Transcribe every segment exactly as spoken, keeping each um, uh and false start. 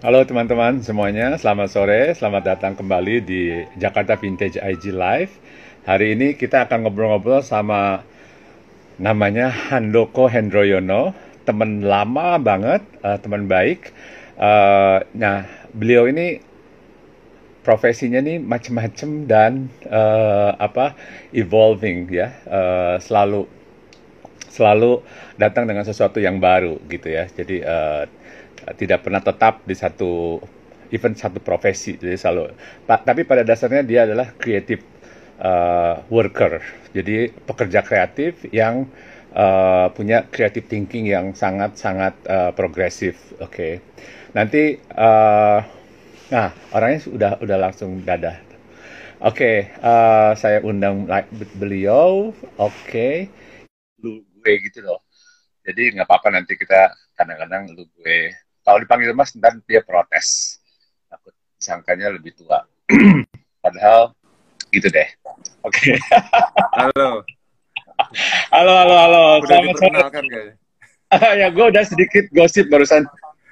Halo teman-teman semuanya, selamat sore, selamat datang kembali di Jakarta Vintage I G Live. Hari ini kita akan ngobrol-ngobrol sama namanya Handoko Hendroyono, teman lama banget, eh, teman baik. Eh, nah, beliau ini profesinya nih macem-macem dan eh, apa evolving ya, Eh, selalu selalu datang dengan sesuatu yang baru gitu ya. Jadi eh, tidak pernah tetap di satu event satu profesi. Jadi selalu pa- tapi pada dasarnya dia adalah creative eh, worker. Jadi pekerja kreatif yang eh, punya creative thinking yang sangat-sangat eh, progresif. Oke. Nanti eh, nah, orangnya sudah udah langsung dadah. Oke, eh, saya undang like, beliau. Oke, lu gue gitu loh. Jadi nggak apa-apa nanti kita kadang-kadang lu gue. Kalau dipanggil mas, ntar dia protes. Takut sangkanya lebih tua. Padahal gitu deh. Oke. Halo, Halo, halo, halo. udah Selamat sore. diperkenalkan kayaknya. Ya, gue udah sedikit gosip barusan.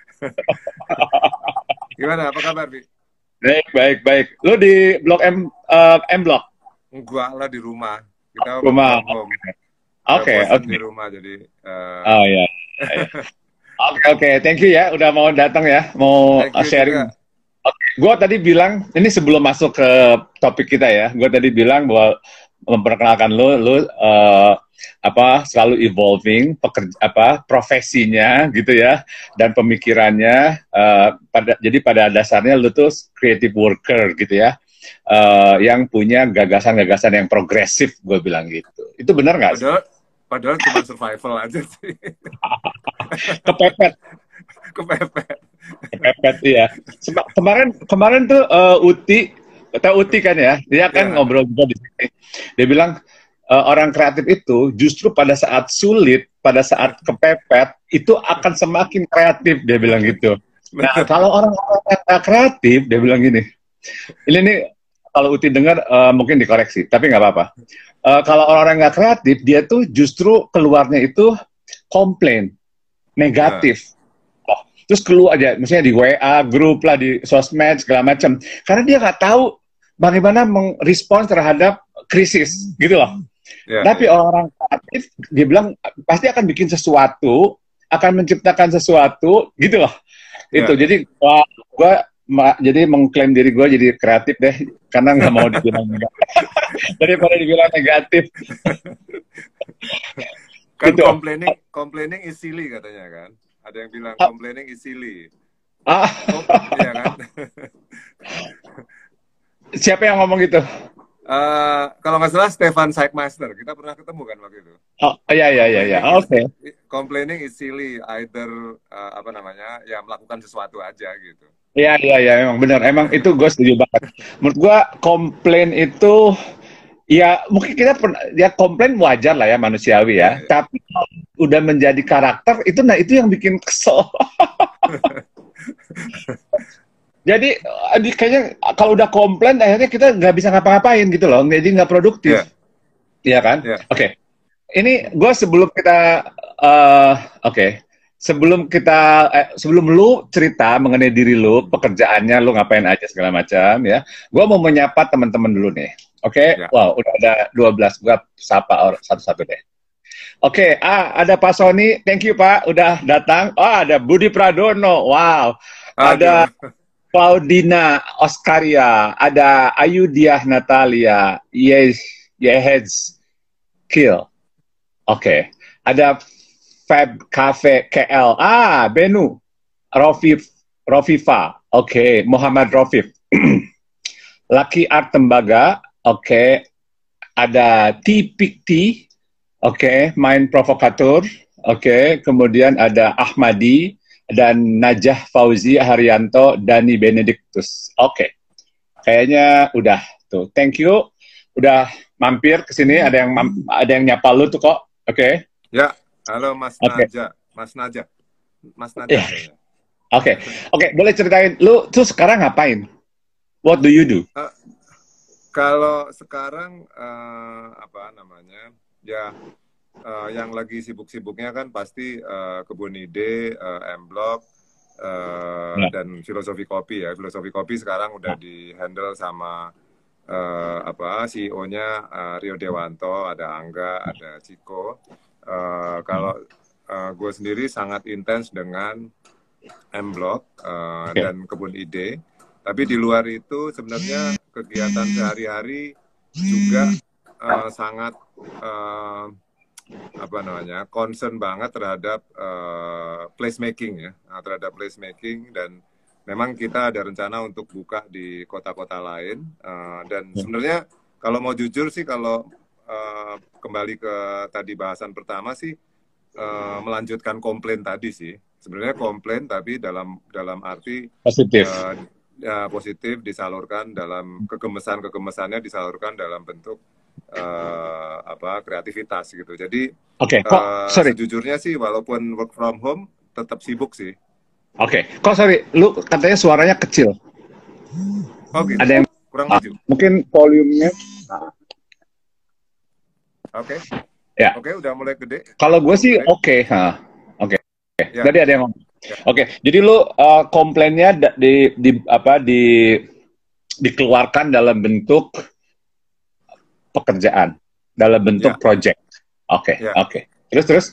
Gimana, apa kabar, Bi? Baik, baik, baik. Lu di Blok M, eh, M Blok, Gua lah di rumah. Kita work rumah. from home. Udah Oke, bosen oke. di rumah, jadi eh, Oh ya. Ya. Oke, oke. Thank you ya, udah mau datang ya, mau thank uh, you sharing. juga. Gue tadi bilang, ini sebelum masuk ke topik kita ya, gue tadi bilang bahwa memperkenalkan lu, lu uh, apa selalu evolving pekerja apa profesinya gitu ya dan pemikirannya uh, pada jadi pada dasarnya lu tuh creative worker gitu ya uh, yang punya gagasan-gagasan yang progresif gue bilang gitu. Itu benar nggak sih? Padahal, padahal cuma survival aja sih. Kepepet, Kepepet. kepepet iya. Sema- Kemarin kemarin tuh uh, Uti, tahu Uti kan ya, dia kan Ya, ngobrol juga di sini. Dia bilang uh, orang kreatif itu justru pada saat sulit, pada saat kepepet, itu akan semakin kreatif, dia bilang gitu. Nah, bener. kalau orang-orang yang nggak kreatif, dia bilang gini, ini nih, kalau Uti dengar uh, mungkin dikoreksi, tapi nggak apa-apa. Uh, kalau orang-orang nggak kreatif, dia tuh justru keluarnya itu komplain, Nah, negatif. Oh, terus keluar aja, misalnya di W A, grup lah, di sosmed, segala macam. Karena dia nggak tahu bagaimana merespons terhadap krisis, gitu loh. ya, Tapi ya, orang-orang kreatif, dia bilang pasti akan bikin sesuatu, akan menciptakan sesuatu, gitu loh. Itu ya, ya. jadi wah, gue jadi mengklaim diri gue jadi kreatif deh, karena nggak mau dibilang negatif. Daripada dibilang negatif, Kan gitu. complaining, complaining is silly katanya kan. Ada yang bilang complaining is silly. Ah, Kom, iya kan? siapa yang ngomong gitu? Eh, kalau nggak salah Stefan Saikmaster, kita pernah ketemu kan waktu itu. Oh, iya, iya, iya, iya. Complaining is Oke. complaining is silly, either uh, apa namanya, ya melakukan sesuatu aja gitu. Iya, iya, iya, emang benar. Emang itu gue setuju banget. Menurut gue komplain itu, ya mungkin kita pernah, ya komplain wajar lah ya, manusiawi ya. Ya, ya. Tapi kalau udah menjadi karakter, itu nah itu yang bikin kesel. Jadi eh, di- kayaknya kalau udah komplain, akhirnya kita nggak bisa ngapa-ngapain gitu loh. Jadi nggak produktif. Ya, Iya kan? ya. Oke. Ini gue sebelum kita, eh oke. Sebelum kita, eh, sebelum lu cerita mengenai diri lu, pekerjaannya, lu ngapain aja segala macam ya. Gue mau menyapa teman-teman dulu nih. Oke, Ya. wow, udah ada dua belas. Gue sapa or- satu-satu deh. Oke, ah, ada Pak Sony, thank you Pak, udah datang. Oh, ada Budi Pradono, wow. Aduh. Ada Claudina Oskaria, ada Ayudiah Natalia, yes, yes, Kill. Oke, ada Fab Cafe K L. Ah, Benu, Rofif, Rofifa. Oke, Muhammad Rofif. Lucky Art Tembaga. Oke, ada T P T. Oke, Main Provokator. Oke, kemudian ada Ahmadi dan Najah Fauzi Haryanto, Dani Benedictus. Oke, kayaknya udah tuh. Thank you. Udah mampir ke sini. Ada yang ada yang nyapa lu tuh kok. Oke. Ya. Halo Mas Oke. Naja. Mas Naja. Mas Ya. Naja kayaknya. Oke. Oke, boleh ceritain lu tuh sekarang ngapain? What do you do? Eh, kalau sekarang eh, apa namanya? Ya, eh, yang lagi sibuk-sibuknya kan pasti eh, Kebun Ide, eh, M Block, uh, Ya. dan filosofi kopi ya. Filosofi kopi sekarang udah di handle sama uh, apa C E O-nya uh, Rio Dewanto, ada Angga, ada Ciko. Uh, kalau uh, gue sendiri sangat intens dengan M-Block uh, Oke. dan Kebun Ide. Tapi di luar itu sebenarnya kegiatan sehari-hari juga uh, sangat uh, apa namanya concern banget terhadap uh, placemaking ya, nah, terhadap placemaking dan memang kita ada rencana untuk buka di kota-kota lain uh, dan sebenarnya kalau mau jujur sih kalau uh, kembali ke tadi bahasan pertama sih uh, melanjutkan komplain tadi sih sebenarnya komplain tapi dalam dalam arti Positif. uh, ya, positif disalurkan dalam kegemesan-kegemesannya disalurkan dalam bentuk uh, apa kreativitas gitu. Jadi Oke, kok uh, sorry. sejujurnya sih walaupun work from home tetap sibuk sih. Oke, kok sorry, lu katanya suaranya kecil. Oh gitu. Ada yang Kurang ah, maju. mungkin volumenya. Ah, Oke. ya. Oke, udah mulai gede. Kalau gue sih Gede. oke, ha. Oke. Ya. Tadi ada yang ngomong. Ya. Oke, jadi lu uh, komplainnya da- di di apa di dikeluarkan dalam bentuk pekerjaan, dalam bentuk Ya. project. Oke, Ya. oke. Terus terus.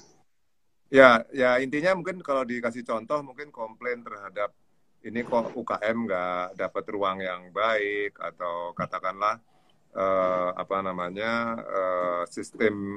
Ya, ya intinya mungkin kalau dikasih contoh mungkin komplain terhadap ini kok U K M nggak dapat ruang yang baik atau katakanlah eh, apa namanya eh, sistem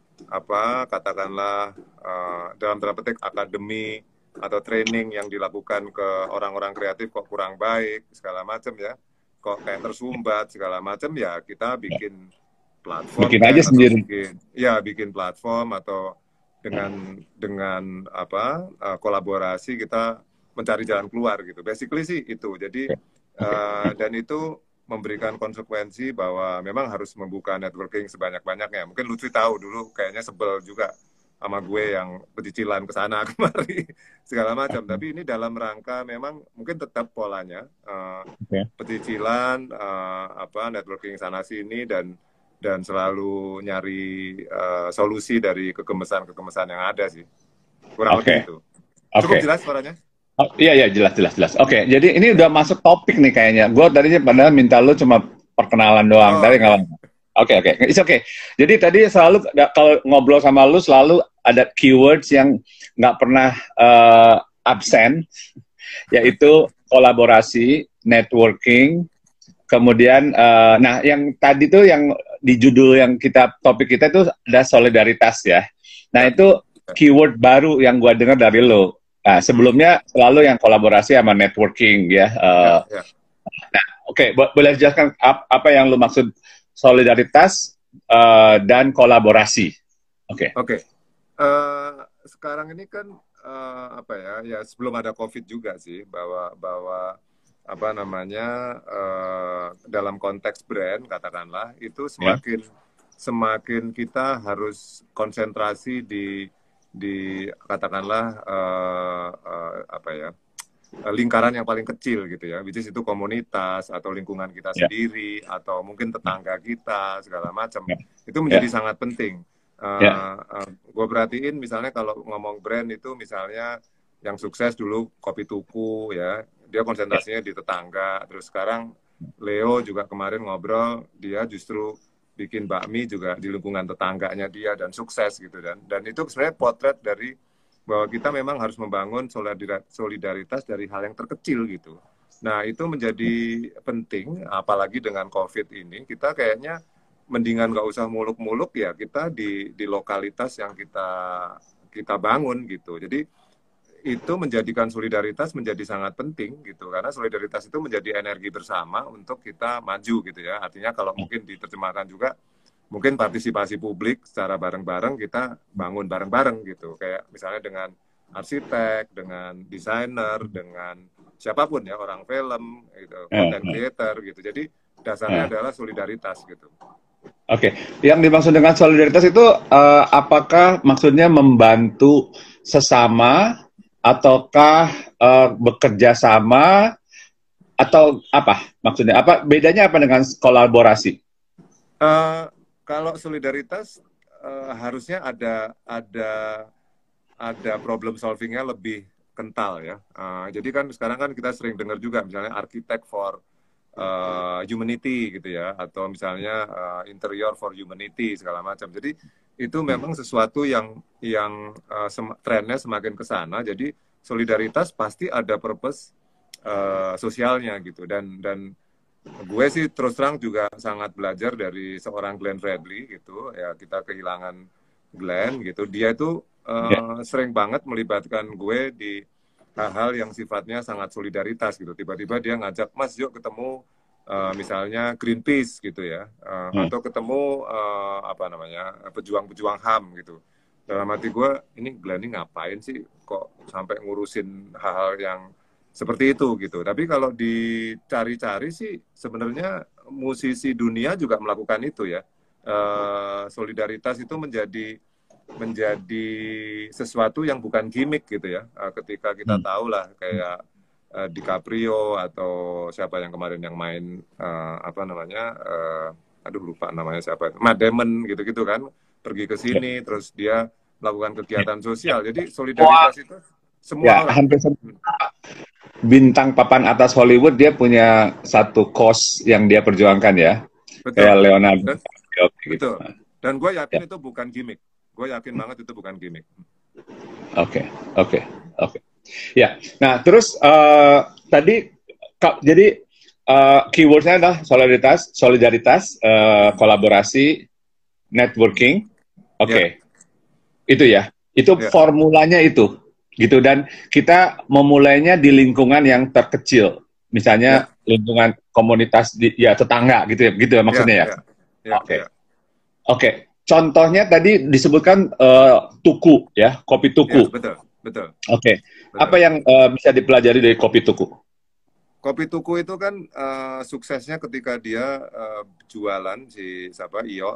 apa katakanlah eh, dalam tanda petik akademi atau training yang dilakukan ke orang-orang kreatif kok kurang baik segala macam ya kok kayak tersumbat segala macam ya kita bikin platform Bikin kan aja atau sendiri. bikin ya bikin platform atau dengan dengan apa uh, kolaborasi kita mencari jalan keluar gitu. Basically sih itu. Jadi uh, dan itu memberikan konsekuensi bahwa memang harus membuka networking sebanyak-banyaknya. Mungkin Lutfi tahu dulu kayaknya sebel juga sama gue yang pecicilan ke sana kemari segala macam. Tapi ini dalam rangka memang mungkin tetap polanya uh, Okay. pecicilan uh, apa networking sana sini dan dan selalu nyari uh, solusi dari kegemesan-kegemesan yang ada sih. Kurang Oke. lebih itu. Oke. Cukup jelas suaranya? Oh, iya, iya, jelas, jelas, jelas. Oke, jadi ini udah masuk topik nih kayaknya. Gue tadinya padahal minta lu cuma perkenalan doang. Oh, Tapi oke. nggak apa-apa. Oke, oke. It's okay. Jadi tadi selalu, nggak- kalau ngobrol sama lu, selalu ada keywords yang nggak pernah eh, absen, yaitu kolaborasi, networking, kemudian, eh, nah yang tadi tuh yang di judul yang kita, topik kita itu ada solidaritas ya. Nah Ya. itu keyword baru yang gue dengar dari lo. Nah, sebelumnya selalu yang kolaborasi sama networking ya. Uh, Ya, ya. Nah, oke, okay. Bo- boleh jelaskan ap- apa yang lo maksud solidaritas uh, dan kolaborasi? Oke. Oke. Okay. Uh, sekarang ini kan uh, apa ya? Ya sebelum ada COVID juga sih bahwa bahwa apa namanya uh, dalam konteks brand katakanlah itu semakin yeah. semakin kita harus konsentrasi di di katakanlah uh, uh, apa ya lingkaran yang paling kecil gitu ya, which is itu komunitas atau lingkungan kita yeah. sendiri atau mungkin tetangga kita segala macam yeah. itu menjadi yeah. sangat penting. Uh, yeah. uh, gue perhatiin misalnya kalau ngomong brand itu misalnya yang sukses dulu Kopi Tuku ya, dia konsentrasinya yeah. di tetangga. Terus sekarang Leo juga kemarin ngobrol, dia justru bikin bakmi juga di lingkungan tetangganya dia dan sukses gitu dan dan itu sebenarnya potret dari bahwa kita memang harus membangun solidaritas dari hal yang terkecil gitu. Nah itu menjadi penting apalagi dengan COVID ini kita kayaknya mendingan nggak usah muluk-muluk ya kita di di lokalitas yang kita kita bangun gitu. Jadi itu menjadikan solidaritas menjadi sangat penting gitu karena solidaritas itu menjadi energi bersama untuk kita maju gitu ya. Artinya kalau mungkin diterjemahkan juga mungkin partisipasi publik secara bareng-bareng kita bangun bareng-bareng gitu. Kayak misalnya dengan arsitek, dengan desainer, dengan siapapun ya, orang film, gitu, content creator gitu. Jadi dasarnya adalah solidaritas gitu. Oke, okay. Yang dimaksud dengan solidaritas itu uh, apakah maksudnya membantu sesama ataukah uh, bekerja sama atau apa maksudnya? Apa bedanya apa dengan kolaborasi? Uh, kalau solidaritas uh, harusnya ada ada ada problem solvingnya lebih kental ya. Uh, jadi kan sekarang kan kita sering dengar juga misalnya arsitek for uh, humanity gitu ya, atau misalnya uh, interior for humanity segala macam. Jadi itu memang sesuatu yang yang uh, sem trennya semakin ke sana. Jadi solidaritas pasti ada purpose uh, sosialnya gitu. Dan dan gue sih terus terang juga sangat belajar dari seorang Glenn Fredly gitu. Ya kita kehilangan Glenn gitu. Dia itu Ya. uh, sering banget melibatkan gue di hal-hal yang sifatnya sangat solidaritas gitu. Tiba-tiba dia ngajak, Mas yuk ketemu uh, misalnya Greenpeace gitu ya, uh, Hmm. atau ketemu uh, apa namanya pejuang-pejuang H A M gitu. Dalam hati gue, ini Glenn ini ngapain sih kok sampai ngurusin hal-hal yang seperti itu gitu. Tapi kalau dicari-cari sih sebenarnya musisi dunia juga melakukan itu ya. Uh, solidaritas itu menjadi menjadi sesuatu yang bukan gimmick gitu ya. Uh, ketika kita Hmm. tahu lah kayak uh, DiCaprio atau siapa yang kemarin yang main uh, apa namanya, uh, aduh lupa namanya siapa itu, Matt Damon gitu-gitu kan, pergi ke Ya. sini terus dia melakukan Ya. kegiatan Ya. sosial. Jadi Semua, solidaritas itu semua ya, orang. hampir semua bintang papan atas Hollywood dia punya satu cause yang dia perjuangkan ya. Kayak Betul. Leonardo Dan DiCaprio gitu. betul. Dan gue Ya. yakin itu bukan gimmick. Gue yakin banget itu bukan gimmick. Oke, oke, oke. Ya, nah terus uh, tadi ka- jadi uh, keywordnya adalah solidaritas, solidaritas, uh, kolaborasi, networking. Oke, Ya, itu ya. Itu ya, formulanya itu, gitu. Dan kita memulainya di lingkungan yang terkecil, ya, misalnya lingkungan komunitas di, ya tetangga, gitu ya, gitu ya ya, maksudnya ya. ya, ya, Oke, ya, oke. Contohnya tadi disebutkan uh, tuku ya, kopi ya, tuku. betul, betul, Oke, apa betul. yang uh, bisa dipelajari dari kopi tuku? Kopi Tuku itu kan uh, suksesnya ketika dia uh, jualan si siapa Iyo, uh,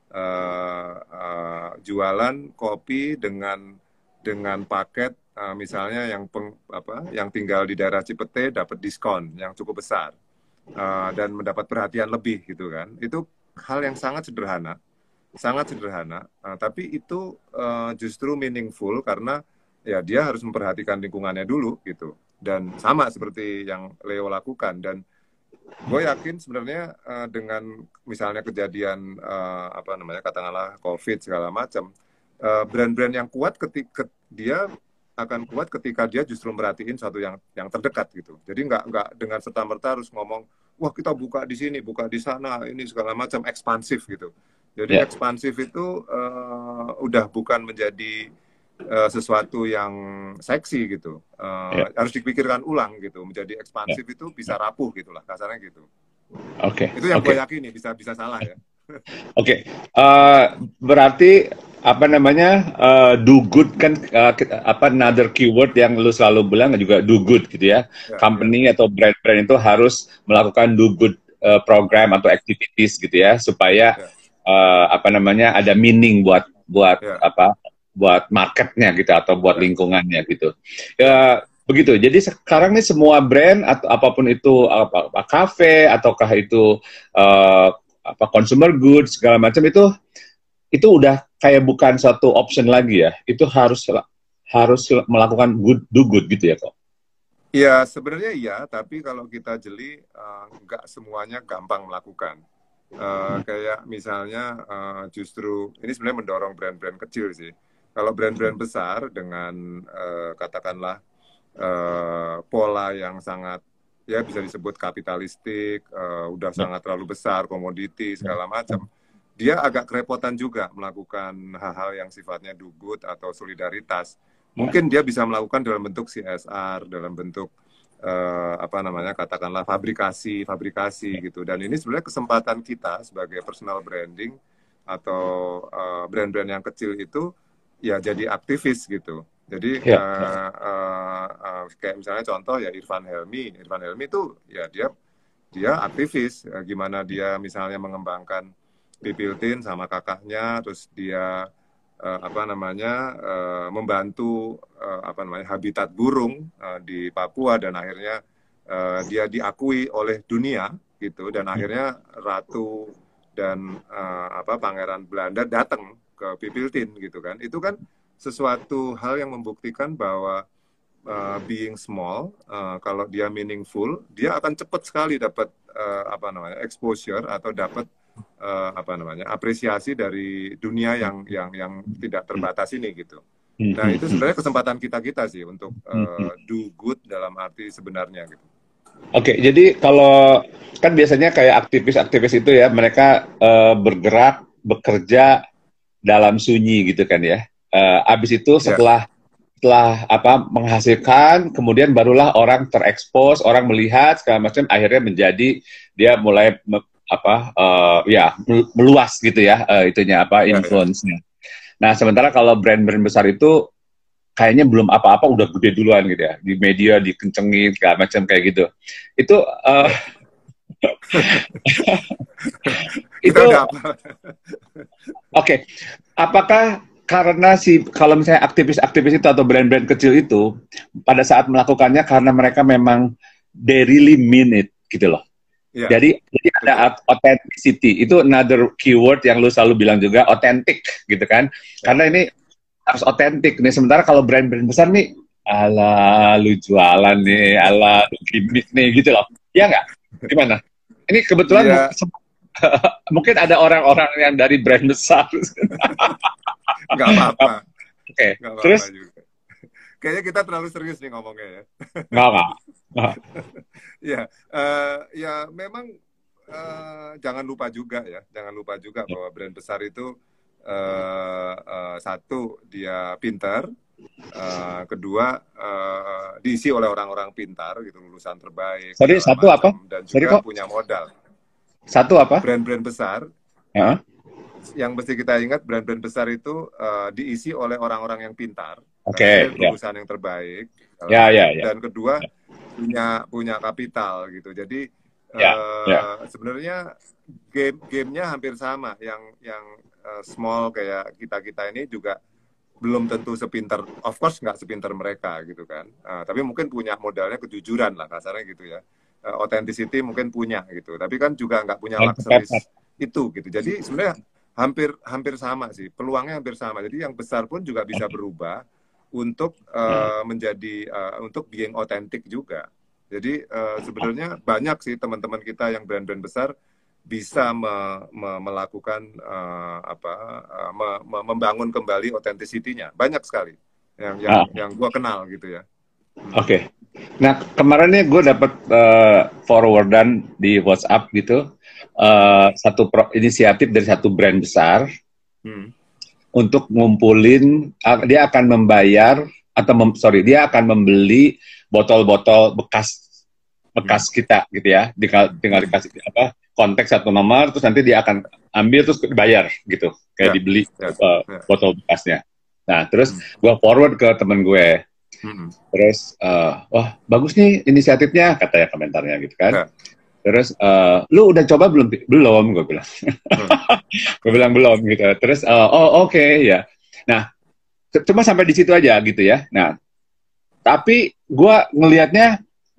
uh, jualan kopi dengan dengan paket uh, misalnya yang peng, apa yang tinggal di daerah Cipete dapat diskon yang cukup besar uh, dan mendapat perhatian lebih gitu kan. Itu hal yang sangat sederhana, sangat sederhana, uh, tapi itu uh, justru meaningful karena ya dia harus memperhatikan lingkungannya dulu gitu. Dan sama seperti yang Leo lakukan. Dan gue yakin sebenarnya uh, dengan misalnya kejadian uh, apa namanya katakanlah COVID segala macam, uh, brand-brand yang kuat ketika dia akan kuat ketika dia justru merhatiin satu yang yang terdekat gitu. Jadi nggak nggak dengan serta merta harus ngomong, wah kita buka di sini, buka di sana, ini segala macam ekspansif gitu. Jadi Ya, ekspansif itu uh, udah bukan menjadi uh, sesuatu yang seksi gitu. ya, Uh, harus dipikirkan ulang gitu. Menjadi ya, ekspansif itu ya. bisa rapuh gitulah, kasarnya gitu. Oke, Itu yang gue oke, yakini, bisa bisa salah ya. oke. Eh, berarti apa namanya eh, do good kan eh, apa another keyword yang lu selalu bilang juga do good gitu ya. Ya, ya, Company atau brand-brand itu harus melakukan do good eh, program atau activities gitu ya supaya ya, eh, apa namanya ada meaning buat buat ya, apa buat marketnya gitu atau buat ya, lingkungannya gitu. ya, Ya begitu. Jadi sekarang nih semua brand atau apapun itu apa, apa kafe ataukah itu eh, apa consumer goods segala macam itu itu udah kayak bukan suatu option lagi ya. Itu harus harus melakukan good do good gitu ya kok. ya sebenarnya iya, tapi kalau kita jeli uh, nggak semuanya gampang melakukan. Uh, kayak misalnya uh, justru ini sebenarnya mendorong brand-brand kecil sih. Kalau brand-brand besar dengan uh, katakanlah uh, pola yang sangat ya bisa disebut kapitalistik, uh, udah Ya, sangat terlalu besar, komoditi ya, segala macam, dia agak kerepotan juga melakukan hal-hal yang sifatnya do good atau solidaritas. ya, Mungkin dia bisa melakukan dalam bentuk C S R, dalam bentuk uh, apa namanya katakanlah fabrikasi, fabrikasi gitu. Dan ini sebenarnya kesempatan kita sebagai personal branding atau uh, brand-brand yang kecil itu ya jadi aktivis gitu. Jadi ya, uh, uh, uh, kayak misalnya contoh ya Irfan Helmi, Irfan Helmi itu ya dia dia aktivis. Uh, gimana dia misalnya mengembangkan Pipiltin sama kakaknya, terus dia uh, apa namanya uh, membantu uh, apa namanya habitat burung uh, di Papua dan akhirnya uh, dia diakui oleh dunia gitu dan akhirnya ratu dan uh, apa pangeran Belanda datang ke Pipiltin gitu kan. Itu kan sesuatu hal yang membuktikan bahwa uh, being small, uh, kalau dia meaningful, dia akan cepat sekali dapat uh, apa namanya exposure atau dapat uh, apa namanya apresiasi dari dunia yang yang yang tidak terbatas ini gitu. Nah itu sebenarnya kesempatan kita kita sih untuk uh, do good dalam arti sebenarnya gitu. Oke, jadi kalau kan biasanya kayak aktivis-aktivis itu ya, mereka uh, bergerak, bekerja dalam sunyi gitu kan ya. Uh, abis itu setelah yeah. setelah apa menghasilkan, kemudian barulah orang terekspos, orang melihat segala macam, akhirnya menjadi dia mulai me, apa uh, ya meluas gitu ya, uh, itunya apa influence-nya. Nah, sementara kalau brand-brand besar itu kayaknya belum apa-apa udah gede duluan gitu ya, di media dikencengin segala macam kayak gitu. Itu uh, itu oke. Okay. Apakah karena si kalau misalnya aktivis-aktivis itu atau brand-brand kecil itu pada saat melakukannya karena mereka memang they really mean it gitu loh. Yeah. Jadi jadi ada authenticity, itu another keyword yang lu selalu bilang juga, authentic gitu kan. Yeah. Karena ini harus otentik nih. Sementara kalau brand-brand besar nih, ala lu jualan nih, ala lu gimmick nih gitu loh. Iya nggak? Gimana? Ini kebetulan yeah. mungkin ada orang-orang yang dari brand besar. Nggak apa-apa. Oke. Okay. Terus? Juga. Kayaknya kita terlalu serius nih ngomongnya ya. Nggak, nggak. Ya, uh, ya memang uh, jangan lupa juga ya. Jangan lupa juga bahwa brand besar itu Uh, uh, satu dia pintar, uh, kedua uh, diisi oleh orang-orang pintar gitu, lulusan terbaik. Sorry, satu macam, apa? Dan juga Sorry, punya modal. Satu apa? Brand-brand besar. Uh-huh. Yang mesti kita ingat, brand-brand besar itu uh, diisi oleh orang-orang yang pintar, Oke. Okay, lulusan yeah. yang terbaik. Ya, ya, ya. Dan kedua punya punya kapital gitu. Jadi yeah, uh, yeah. sebenarnya game gamenya hampir sama. Yang yang Uh, small kayak kita-kita ini juga belum tentu sepinter, of course nggak sepinter mereka gitu kan, uh, tapi mungkin punya modalnya kejujuran lah kasarnya gitu ya, uh, authenticity mungkin punya gitu, tapi kan juga nggak punya luxury itu gitu. Jadi sebenarnya hampir hampir sama sih, peluangnya hampir sama. Jadi yang besar pun juga bisa berubah untuk uh, menjadi uh, untuk being authentic juga. Jadi uh, sebenarnya banyak sih teman-teman kita yang brand-brand besar bisa me, me, melakukan uh, apa uh, me, me, membangun kembali authenticity-nya. Banyak sekali yang yang, ah. yang gue kenal gitu ya. Oke. Okay. Nah, kemarin nih gue dapat uh, forwardan di WhatsApp gitu, uh, satu pro, inisiatif dari satu brand besar hmm. untuk ngumpulin, uh, dia akan membayar atau mem, sorry dia akan membeli botol-botol bekas bekas hmm. kita gitu ya, tinggal tinggal dikasih apa konteks satu nomor, terus nanti dia akan ambil terus bayar gitu, kayak yeah, dibeli yeah, uh, yeah. botol bekasnya. Nah terus hmm. gue forward ke temen gue, hmm. terus uh, wah bagus nih inisiatifnya katanya komentarnya gitu kan. Yeah. Terus uh, lu udah coba belum? Belum, gue bilang. Hmm. gue bilang belum gitu. Terus uh, oh oke okay, ya. Nah cuma sampai di situ aja gitu ya. Nah tapi gue ngelihatnya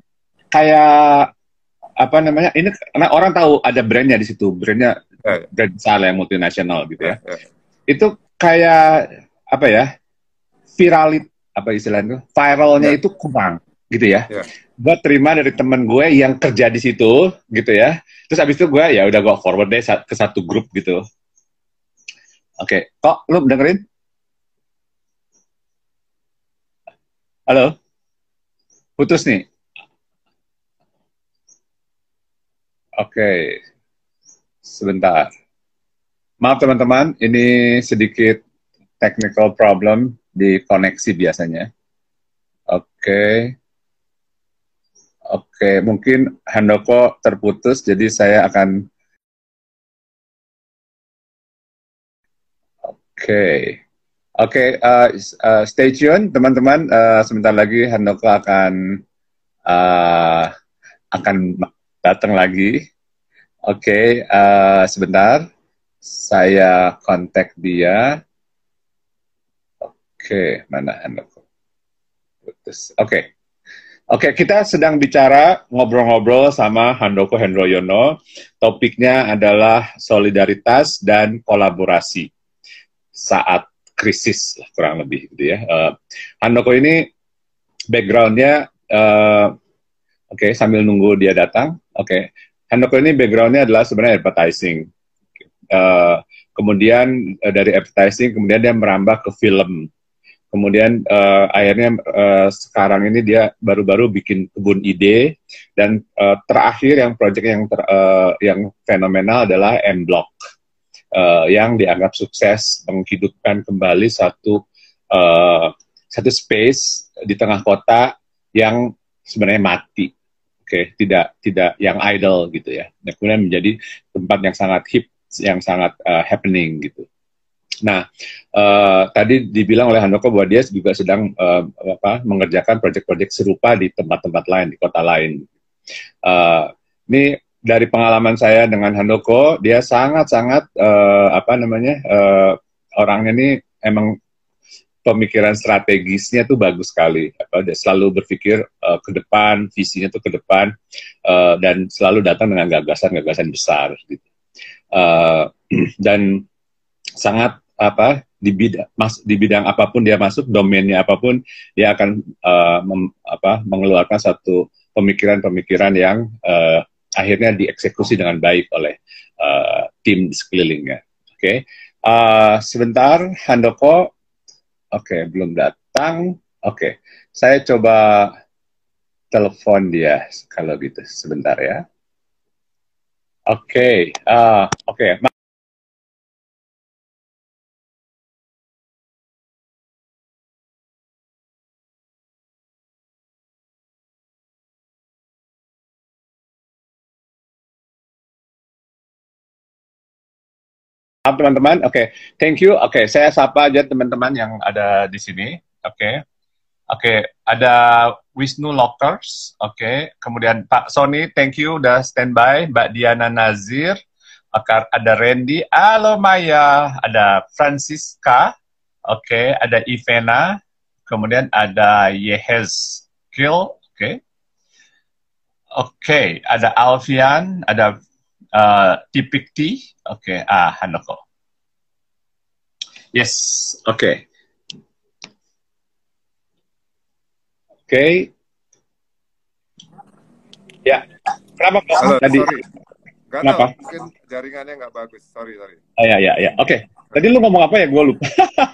kayak apa namanya ini karena orang tahu ada brandnya di situ, brandnya yeah, yeah. brand besar yang multinasional gitu ya. Yeah, yeah. Itu kayak apa ya, viralit apa istilahnya, viralnya yeah. itu kurang gitu ya. Yeah. Gue terima dari temen gue yang kerja di situ gitu ya. Terus abis itu gue ya udah gue forward deh ke satu grup gitu. Oke, okay. Kok lu dengerin? Halo, putus nih. Oke, okay. Sebentar. Maaf teman-teman, ini sedikit technical problem di koneksi biasanya. Oke, okay. Oke, okay. Mungkin Handoko terputus, jadi saya akan. Oke, okay. Oke, okay, uh, uh, stay tune teman-teman. Uh, sebentar lagi Handoko akan uh, akan datang lagi. Oke, okay, uh, sebentar. Saya kontak dia. Oke, okay, mana Handoko? Putus. Oke. Okay. Oke, okay, kita sedang bicara, ngobrol-ngobrol sama Handoko Hendroyono. Topiknya adalah solidaritas dan kolaborasi saat krisis, kurang lebih gitu ya. Uh, Handoko ini backgroundnya, uh, oke okay, sambil nunggu dia datang, oke. Okay. Handoko ini backgroundnya adalah sebenarnya advertising. Uh, kemudian uh, dari advertising, kemudian dia merambah ke film. Kemudian uh, akhirnya uh, sekarang ini dia baru-baru bikin kebun ide, dan uh, terakhir yang proyek yang ter, uh, yang fenomenal adalah M-Block uh, yang dianggap sukses menghidupkan kembali satu uh, satu space di tengah kota yang sebenarnya mati, oke, okay? tidak tidak yang idle gitu ya. Dan kemudian menjadi tempat yang sangat hip, yang sangat uh, happening gitu. Nah, uh, tadi dibilang oleh Handoko bahwa dia juga sedang uh, apa, mengerjakan proyek-proyek serupa di tempat-tempat lain, di kota lain. Uh, ini dari pengalaman saya dengan Handoko, dia sangat-sangat uh, apa namanya uh, orangnya ini emang pemikiran strategisnya tuh bagus sekali. Apa, dia selalu berpikir uh, ke depan, visinya tuh ke depan, uh, dan selalu datang dengan gagasan-gagasan besar. Gitu. Uh, dan sangat apa di bidang mas, di bidang apapun dia masuk, domainnya apapun, dia akan uh, mem, apa, mengeluarkan satu pemikiran-pemikiran yang uh, akhirnya dieksekusi dengan baik oleh uh, tim di sekelilingnya. Oke, okay. uh, sebentar Handoko, oke okay, belum datang. Oke, okay. Saya coba telepon dia kalau gitu sebentar ya. Oke, okay. uh, oke. Okay. Teman-teman, oke, okay. Thank you. Oke, okay. Saya sapa aja teman-teman yang ada di sini. Oke, okay. Oke, okay. Ada Wisnu Lockers. Oke, okay. Kemudian Pak Sony, thank you udah standby. Mbak Diana Nazir, ada Randy, halo Maya, ada Francisca, oke, okay. Ada Ivena, kemudian ada Yehez Kill, oke, okay. Oke, okay. Ada Alfian, ada Uh, Tipikti, oke, okay. ah Handoko, yes, oke, okay. Oke, okay. Ya, kenapa kok Halo, tadi? Sorry. Gak kenapa? Tahu, mungkin jaringannya nggak bagus, sorry sorry. Oh, ya ya ya, oke. Okay. Tadi lu ngomong apa ya? Gue lupa.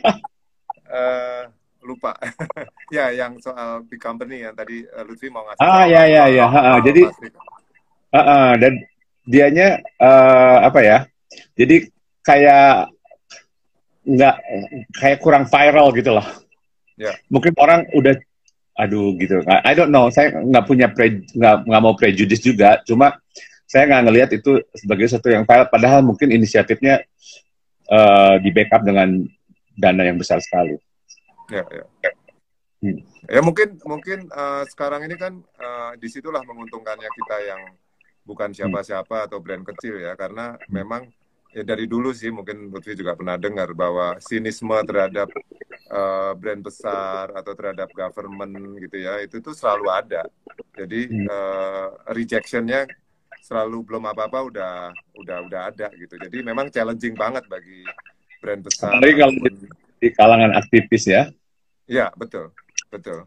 uh, lupa. Ya, yang soal big company yang tadi uh, Lutfi mau ngasih. Ah ya ya ya, ha, jadi, uh, uh, dan dianya uh, apa ya? Jadi kayak nggak kayak kurang viral gitu loh. Yeah. Mungkin orang udah, aduh gitu. I don't know. Saya nggak punya pre, nggak nggak mau prejudis juga. Cuma saya nggak ngelihat itu sebagai sesuatu yang viral. Padahal mungkin inisiatifnya uh, di backup dengan dana yang besar sekali. Ya ya. Hmm. Ya mungkin mungkin uh, sekarang ini kan uh, disitulah menguntungkannya kita yang bukan siapa-siapa atau brand kecil ya, karena memang ya dari dulu sih mungkin Lutfi juga pernah dengar bahwa sinisme terhadap uh, brand besar atau terhadap government gitu ya, itu tuh selalu ada. Jadi uh, rejectionnya selalu belum apa-apa udah udah udah ada gitu. Jadi memang challenging banget bagi brand besar. Apalagi kalau di, di kalangan aktivis ya. Iya betul betul.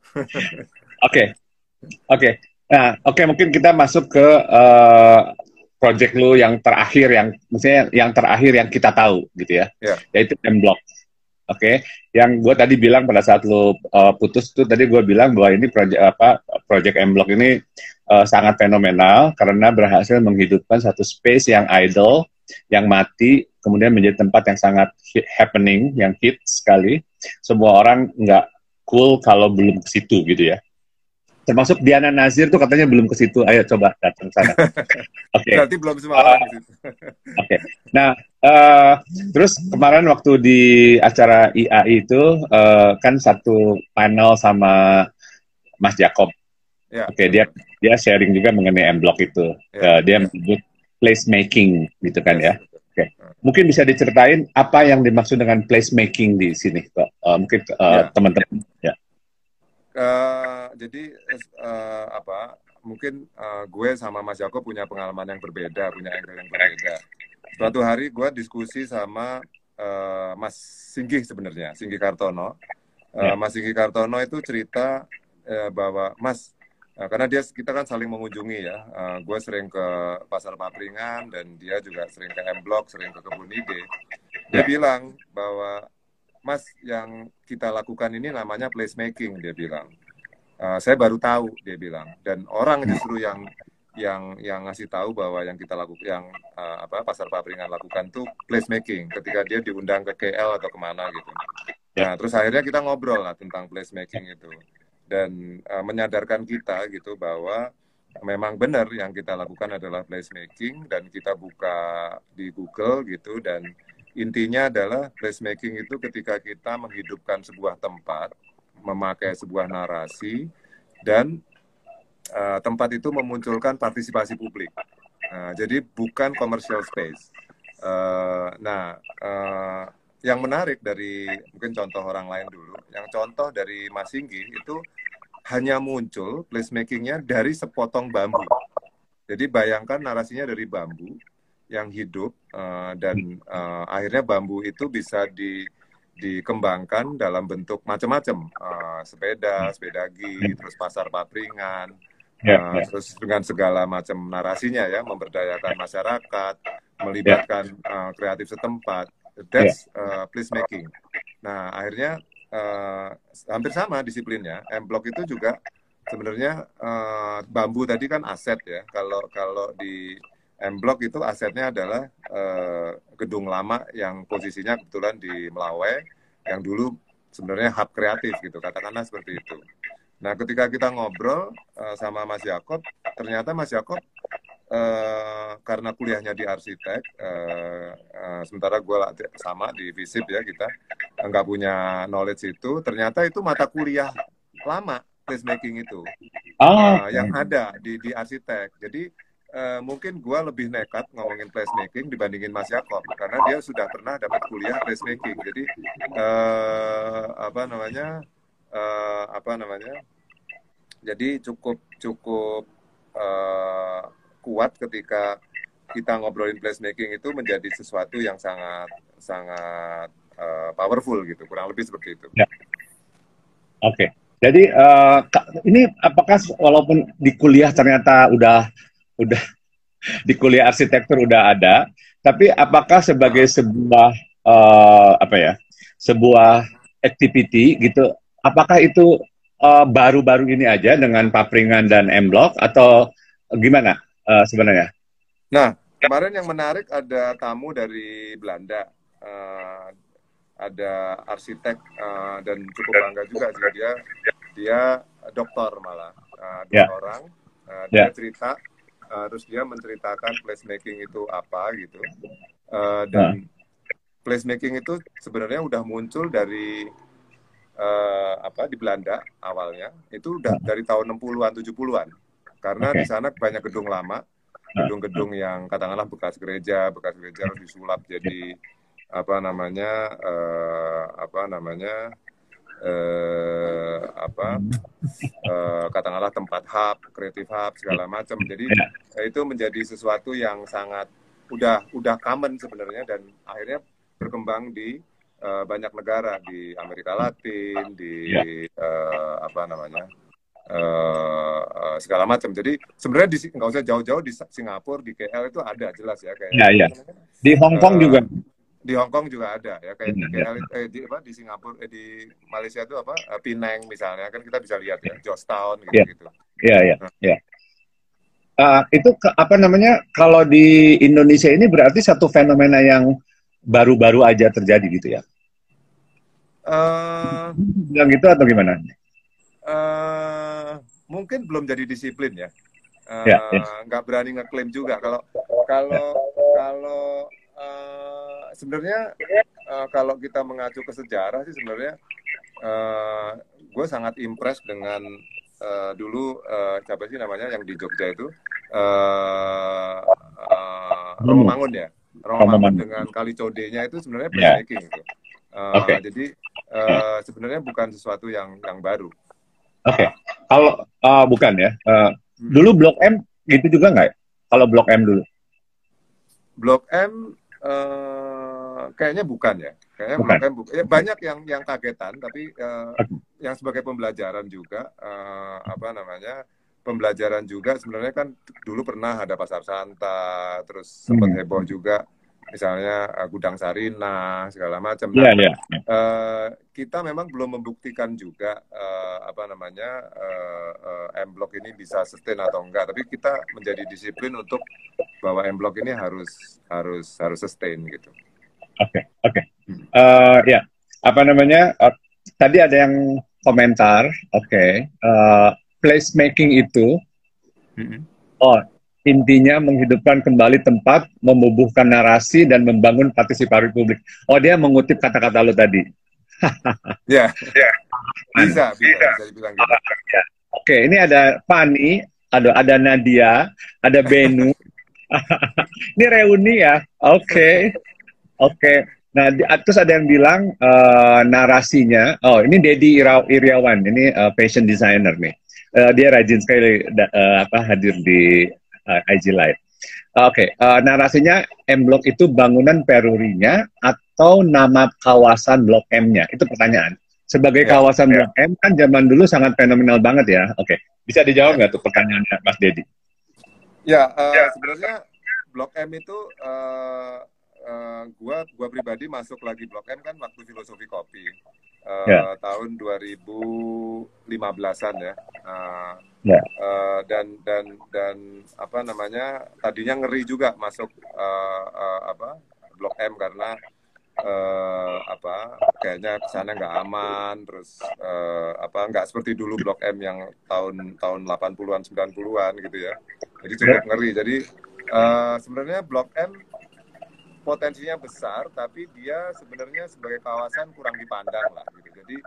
Oke oke. Nah, oke, okay, mungkin kita masuk ke uh, project lu yang terakhir, yang maksudnya yang terakhir yang kita tahu gitu ya, yeah. Yaitu M-Block. Oke, okay. Yang gue tadi bilang pada saat lu uh, putus tuh, tadi gue bilang bahwa ini project apa, project M-Block ini uh, sangat fenomenal karena berhasil menghidupkan satu space yang idle, yang mati, kemudian menjadi tempat yang sangat happening, yang hit sekali. Semua orang nggak cool kalau belum ke situ gitu ya. Termasuk Diana Nazir tuh katanya belum ke situ. Ayo coba datang sana. Oke. Okay. Berarti belum semua orang uh, Oke. Okay. Nah, uh, terus kemarin waktu di acara I A I itu uh, kan satu panel sama Mas Jacob. Ya, Oke, okay, dia dia sharing juga mengenai M-Block itu. Ya, uh, dia ya. menyebut place making gitu kan Yes, ya. Oke. Okay. Mungkin bisa diceritain apa yang dimaksud dengan place making di sini, Pak. Uh, mungkin uh, ya. teman-teman ya. Uh, jadi uh, apa mungkin uh, gue sama Mas Jacob punya pengalaman yang berbeda, punya angle yang berbeda. Suatu hari gue diskusi sama uh, Mas Singgih sebenarnya, Singgih Kartono. Uh, Mas Singgih Kartono itu cerita uh, bahwa Mas, uh, karena dia kita kan saling mengunjungi ya, uh, gue sering ke Pasar Papringan dan dia juga sering ke M Block, sering ke Kebun Ide. Dia Ya. bilang bahwa Mas, yang kita lakukan ini namanya placemaking, dia bilang. Uh, saya baru tahu, dia bilang. Dan orang justru yang yang yang ngasih tahu bahwa yang kita lakukan, yang uh, apa Pasar Papringan lakukan tuh placemaking. Ketika dia diundang ke K L atau kemana gitu. Nah, terus akhirnya kita ngobrol lah tentang placemaking itu. Dan uh, menyadarkan kita gitu bahwa memang benar yang kita lakukan adalah placemaking, dan kita buka di Google gitu, dan intinya adalah placemaking itu ketika kita menghidupkan sebuah tempat, memakai sebuah narasi, dan uh, tempat itu memunculkan partisipasi publik. Uh, jadi bukan commercial space. Uh, nah, uh, yang menarik dari mungkin contoh orang lain dulu, yang contoh dari Mas Singgi itu hanya muncul placemakingnya dari sepotong bambu. Jadi bayangkan narasinya dari bambu yang hidup, uh, dan uh, akhirnya bambu itu bisa di, dikembangkan dalam bentuk macam-macam, uh, sepeda, sepedagi, terus pasar papringan, uh, terus dengan segala macam narasinya ya, memberdayakan masyarakat, melibatkan uh, kreatif setempat. That's uh, placemaking. Nah akhirnya uh, hampir sama disiplinnya. M Block itu juga sebenarnya uh, bambu tadi kan aset ya. Kalau kalau di M Block itu asetnya adalah uh, gedung lama yang posisinya kebetulan di Melawai, yang dulu sebenarnya hub kreatif gitu, katakanlah seperti itu. Nah, ketika kita ngobrol uh, sama Mas Yakob, ternyata Mas Yakob uh, karena kuliahnya di arsitek, uh, uh, sementara gue sama di FISIP ya, kita nggak punya knowledge itu, ternyata itu mata kuliah lama placemaking itu Oh. uh, yang ada di, di arsitek. Jadi Uh, mungkin gue lebih nekat ngomongin placemaking dibandingin Mas Yakob, karena dia sudah pernah dapat kuliah placemaking. Jadi uh, apa namanya uh, apa namanya jadi cukup cukup uh, kuat ketika kita ngobrolin placemaking itu menjadi sesuatu yang sangat sangat uh, powerful gitu, kurang lebih seperti itu. Ya. Oke, okay. Jadi uh, ini apakah walaupun di kuliah ternyata udah udah di kuliah arsitektur udah ada, tapi apakah sebagai sebuah uh, apa ya, sebuah activity gitu, apakah itu baru-baru uh, ini aja dengan Papringan dan M Block atau gimana uh, sebenarnya? Nah, kemarin yang menarik ada tamu dari Belanda, uh, ada arsitek uh, dan cukup bangga juga sih, dia dia doktor malah, uh, dua yeah. orang, uh, dia yeah. cerita. Uh, terus dia menceritakan placemaking itu apa gitu, uh, dan uh. placemaking itu sebenarnya udah muncul dari uh, apa di Belanda awalnya, itu udah dari tahun enam puluhan tujuh puluhan, karena okay. di sana banyak gedung lama, gedung-gedung yang katakanlah bekas gereja, bekas gereja harus disulap jadi apa namanya uh, apa namanya Eh, apa eh, katakanlah tempat hub, kreatif hub segala macam. Jadi eh, itu menjadi sesuatu yang sangat udah udah common sebenarnya, dan akhirnya berkembang di eh, banyak negara, di Amerika Latin, di eh, apa namanya eh, eh, segala macam. Jadi sebenarnya di nggak usah jauh-jauh, di Singapura, di K L itu ada jelas ya kayak. Ya, ya. Di Hong Kong eh, juga. Di Hong Kong juga ada ya, kayak di K L, eh, di apa di Singapura, eh, di Malaysia itu apa Penang misalnya, kan kita bisa lihat ya, Georgetown gitu-gitu. Iya, iya, iya. Uh, itu ke, apa namanya, kalau di Indonesia ini berarti satu fenomena yang baru-baru aja terjadi gitu ya? Uh, Bilang gitu atau gimana? Uh, mungkin belum jadi disiplin ya. Uh, ya, ya. Nggak berani ngeklaim juga. Kalau kalau kalau uh, sebenarnya uh, kalau kita mengacu ke sejarah sih sebenarnya uh, gue sangat impress dengan uh, dulu uh, siapa sih namanya yang di Jogja itu uh, uh, Romo Mangun ya, Romo Mangun dengan Kali Codenya itu sebenarnya placemaking yeah. itu. Uh, okay. Jadi uh, sebenarnya bukan sesuatu yang yang baru. Oke, okay. Kalau uh, bukan ya, uh, hmm. dulu Blok M gitu juga nggak? Kalau Blok M dulu? Blok M uh, kayaknya bukan ya. Kayaknya Blok Bukan. M bu- ya, banyak yang yang kagetan, tapi uh, Oke. yang sebagai pembelajaran juga uh, apa namanya pembelajaran juga sebenarnya kan dulu pernah ada pasar Santa, terus sempat Hmm. heboh juga misalnya uh, Gudang Sarinah segala macam. Nah Iya, iya. uh, kita memang belum membuktikan juga uh, apa namanya uh, uh, M Block ini bisa sustain atau enggak, tapi kita menjadi disiplin untuk bahwa M Block ini harus harus harus sustain gitu. Oke, oke. Eh, ya, apa namanya? eh, tadi ada yang komentar, oke. eh, placemaking itu, Mm-mm. oh, intinya menghidupkan kembali tempat, membubuhkan narasi, dan membangun partisipasi publik. Oh, dia mengutip kata-kata lo tadi. Ya, Ya, bisa, bisa, bisa. bisa dibilang gitu. Ya. Oke, ini ada Fani, ada ada Nadia, ada Benu. Ini reuni ya. Oke, oke. Nah, di, terus ada yang bilang eh, narasinya. Oh, ini Dedi Ira- Iriawan. Ini eh, fashion designer nih. Eh, dia rajin sekali da- eh, apa hadir di eh, I G Live. Oke, eh, narasinya M Block itu bangunan perurinya atau nama kawasan Blok M-nya? Itu pertanyaan. Sebagai Ya, kawasan ya. Blok M kan zaman dulu sangat fenomenal banget ya. Oke, bisa dijawab ya. nggak tuh pertanyaannya Mas Dedi? Ya, uh, Ya, sebenarnya Blok M itu uh, uh, gua gua pribadi masuk lagi Blok M kan waktu filosofi kopi. ya, Uh, tahun dua ribu lima belasan ya. Uh, ya, uh, dan dan dan apa namanya? Tadinya ngeri juga masuk uh, uh, apa? Blok M karena uh, apa kayaknya kesana nggak aman, terus uh, apa nggak seperti dulu Blok M yang tahun tahun delapan puluhan sembilan puluhan gitu ya, jadi cukup ya, ngeri. Jadi uh, sebenarnya Blok M potensinya besar, tapi dia sebenarnya sebagai kawasan kurang dipandang lah gitu. Jadi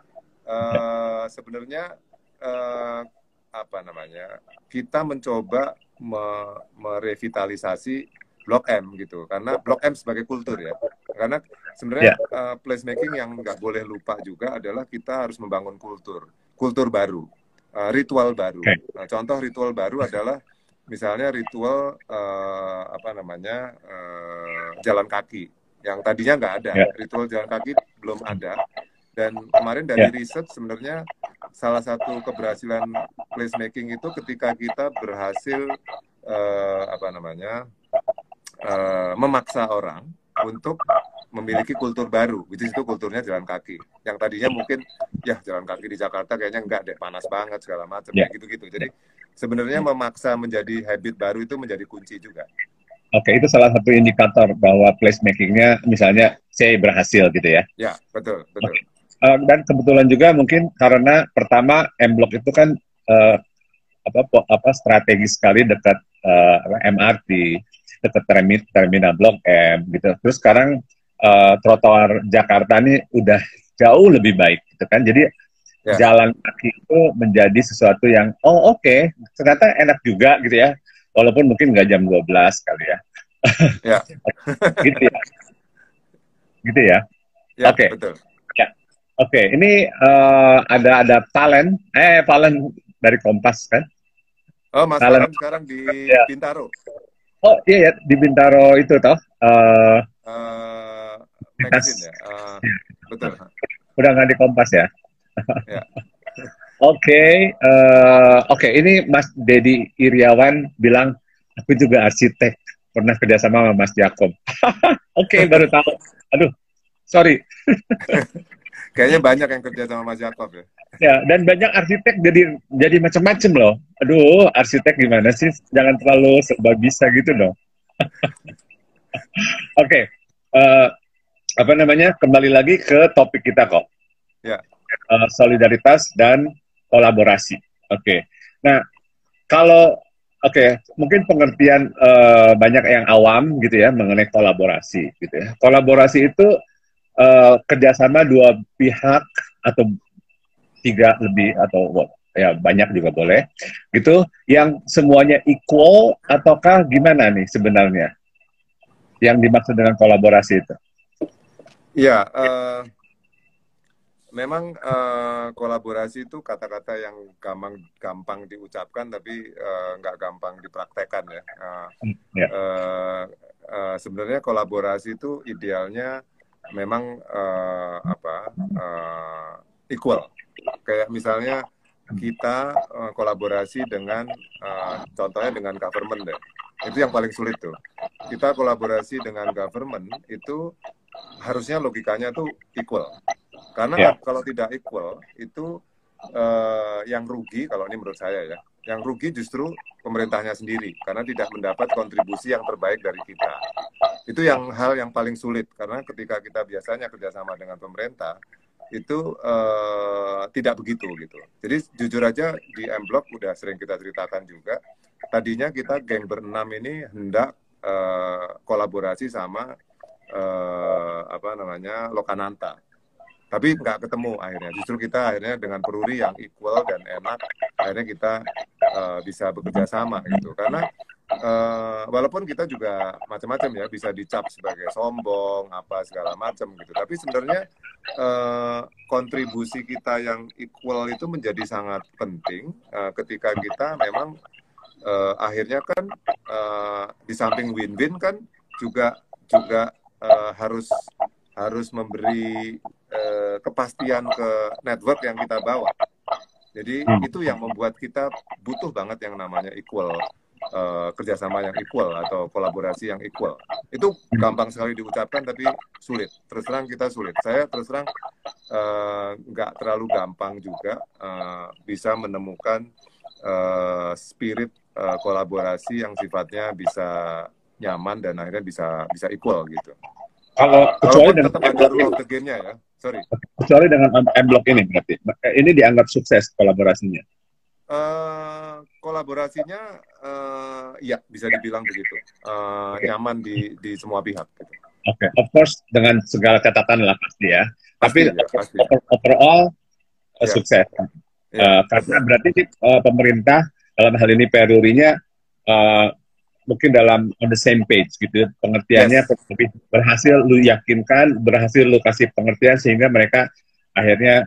uh, sebenarnya uh, apa namanya kita mencoba me merevitalisasi Blok M gitu, karena Blok M sebagai kultur ya. Karena sebenarnya ya. uh, placemaking yang nggak boleh lupa juga adalah kita harus membangun kultur, kultur baru, uh, ritual baru. Oke, Nah, contoh ritual baru adalah misalnya ritual uh, apa namanya uh, jalan kaki yang tadinya nggak ada, ya, ritual jalan kaki belum ada. Dan kemarin dari ya, riset sebenarnya salah satu keberhasilan placemaking itu ketika kita berhasil uh, apa namanya uh, memaksa orang untuk memiliki kultur baru, which is itu kulturnya jalan kaki. Yang tadinya mungkin ya jalan kaki di Jakarta kayaknya enggak deh, panas banget segala macam ya. kayak gitu-gitu. Jadi sebenarnya memaksa menjadi habit baru itu menjadi kunci juga. Oke, itu salah satu indikator bahwa placemaking-nya misalnya saya berhasil gitu ya. Ya, betul, betul. Oke. Uh, dan kebetulan juga mungkin karena pertama M Block itu kan uh, apa po- apa strategis sekali dekat uh, M R T, dekat termi- terminal Blok M gitu. Terus sekarang uh, trotoar Jakarta ini udah jauh lebih baik gitu kan. Jadi Ya, jalan kaki itu menjadi sesuatu yang oh oke, okay, ternyata enak juga gitu ya. Walaupun mungkin nggak jam dua belas kali ya. ya, Gitu ya. Gitu ya. ya, Oke. Okay. betul. Ya. Oke, okay. Ini uh, ada ada Valen, eh Valen dari Kompas kan? Oh, Mas Valen. Valen sekarang di Ya. Bintaro. Oh iya ya, di Bintaro itu toh. Uh, Uh, magazine Kompas. ya, uh, betul. Udah nggak di Kompas ya? Ya. Oke, okay, uh, oke. Okay. Ini Mas Dedi Iriawan bilang aku juga arsitek, pernah kerjasama sama Mas Jakob. Oke, okay, baru tahu. Aduh, sorry. Kayaknya banyak yang kerja sama Mas Jakob ya. Ya, dan banyak arsitek jadi jadi macam-macam loh. Aduh, arsitek gimana sih? Jangan terlalu serba bisa gitu dong. Oke, okay. uh, apa namanya? Kembali lagi ke topik kita kok. Ya. Uh, solidaritas dan kolaborasi. Oke. Okay. Nah, kalau oke, okay, mungkin pengertian uh, banyak yang awam gitu ya mengenai kolaborasi gitu ya. Kolaborasi itu uh, kerjasama dua pihak atau tiga lebih atau ya banyak juga boleh gitu yang semuanya equal ataukah gimana nih sebenarnya yang dimaksud dengan kolaborasi itu? Iya, uh, memang uh, kolaborasi itu kata-kata yang gampang gampang diucapkan tapi uh, nggak gampang dipraktekkan ya. Uh, Ya. uh, uh, sebenarnya kolaborasi itu idealnya memang uh, apa uh, equal. Kayak misalnya kita uh, kolaborasi dengan uh, contohnya dengan government deh. Itu yang paling sulit tuh. Kita kolaborasi dengan government itu harusnya logikanya tuh equal. Karena Ya. kalau tidak equal itu uh, yang rugi kalau ini menurut saya ya. Yang rugi justru pemerintahnya sendiri karena tidak mendapat kontribusi yang terbaik dari kita. Itu yang hal yang paling sulit karena ketika kita biasanya kerjasama dengan pemerintah itu uh, tidak begitu gitu. Jadi jujur aja di M-Block udah sering kita ceritakan juga. Tadinya kita geng berenam ini hendak uh, kolaborasi sama uh, apa namanya Lokananta. Tapi nggak ketemu akhirnya. Justru kita akhirnya dengan Peruri yang equal dan enak, akhirnya kita uh, bisa bekerja sama gitu. Karena uh, walaupun kita juga macam-macam ya, bisa dicap sebagai sombong, apa segala macam gitu. Tapi sebenarnya uh, kontribusi kita yang equal itu menjadi sangat penting uh, ketika kita memang uh, akhirnya kan uh, di samping win-win kan juga juga uh, harus harus memberi eh, kepastian ke network yang kita bawa. Jadi Hmm. itu yang membuat kita butuh banget yang namanya equal, eh, kerjasama yang equal atau kolaborasi yang equal. Itu gampang sekali diucapkan tapi sulit. Terus terang kita sulit. Saya terus terang eh, nggak terlalu gampang juga eh, bisa menemukan eh, spirit eh, kolaborasi yang sifatnya bisa nyaman dan akhirnya bisa bisa equal gitu. Kalau kecuali Walaupun dengan tetap ada rule of the game-nya ya. Sorry. kecuali dengan M-Block ini berarti ini dianggap sukses kolaborasinya. Uh, kolaborasinya, uh, ya bisa dibilang begitu. Uh, Oke. Nyaman di di semua pihak. Gitu. Oke, okay. Of course dengan segala catatan lah pasti ya. Pasti, Tapi ya, pasti. overall uh, Ya. sukses. Ya, uh, karena berarti uh, pemerintah dalam hal ini Perurinya uh, mungkin dalam on the same page gitu, pengertiannya yes. lebih berhasil lu yakinkan, berhasil lu kasih pengertian sehingga mereka akhirnya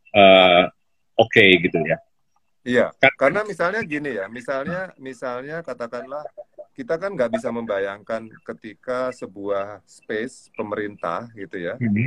uh, oke okay, gitu ya. Iya, karena misalnya gini ya, misalnya misalnya katakanlah kita kan nggak bisa membayangkan ketika sebuah space pemerintah gitu ya, mm-hmm.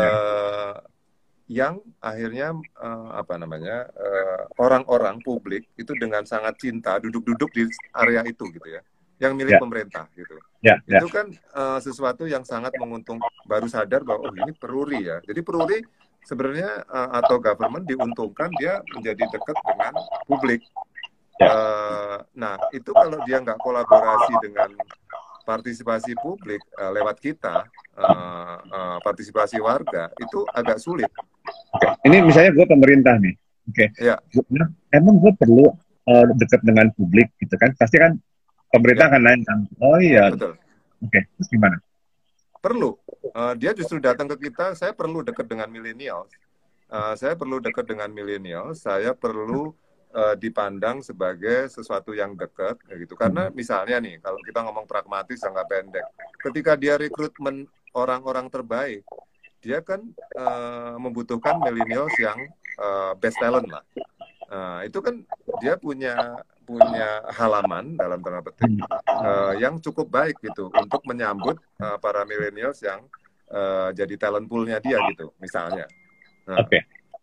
uh, yang akhirnya uh, apa namanya uh, orang-orang publik itu dengan sangat cinta duduk-duduk di area itu gitu ya. Yang milik yeah. pemerintah gitu. Yeah, itu yeah. kan uh, sesuatu yang sangat menguntung. Baru sadar bahwa oh ini Peruri ya. Jadi Peruri sebenarnya uh, atau government diuntungkan dia menjadi dekat dengan publik. Yeah. Uh, nah itu kalau dia nggak kolaborasi dengan partisipasi publik uh, lewat kita, uh, uh, partisipasi warga itu agak sulit. Oke. Ini misalnya gue pemerintah nih. Oke. Yeah. Nah, emang gue perlu uh, dekat dengan publik gitu kan? Pasti kan pemerintah ya. Akan nanya, oh iya, betul. Oke, terus gimana? Perlu. Uh, dia justru datang ke kita, saya perlu dekat dengan milenial. Uh, saya perlu dekat dengan milenial, saya perlu uh, dipandang sebagai sesuatu yang dekat, gitu. Karena misalnya nih, kalau kita ngomong pragmatis, jangka pendek, ketika dia rekrutmen orang-orang terbaik, dia kan uh, membutuhkan millennials yang uh, best talent lah. Uh, itu kan dia punya punya halaman dalam tanda petik uh, yang cukup baik gitu untuk menyambut uh, para millennials yang uh, jadi talent pool-nya dia gitu misalnya. Nah. Oke. Okay.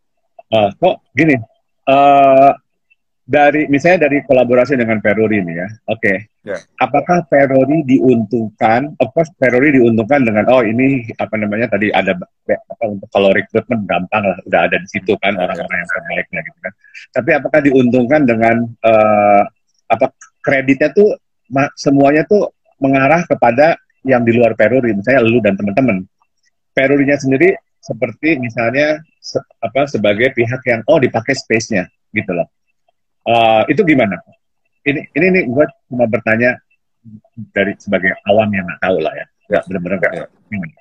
Uh, kok gini? Uh, dari misalnya dari kolaborasi dengan Peruri ini ya. Oke. Okay. Yeah. Apakah Peruri diuntungkan? Of course Peruri diuntungkan dengan oh ini apa namanya tadi ada apa untuk kalau rekrutmen gampang lah udah ada di situ kan orang-orang yeah. yang terbaiknya gitu kan. Tapi apakah diuntungkan dengan uh, apa kreditnya tuh semuanya tuh mengarah kepada yang di luar Peruri, misalnya lu dan teman-teman. Perurinya sendiri seperti misalnya se apa sebagai pihak yang oh dipakai space-nya gitu loh. Uh, itu gimana? Ini ini nih gue cuma bertanya dari sebagai awam yang nggak tahu lah ya. Ya benar-benar nggak. Ya.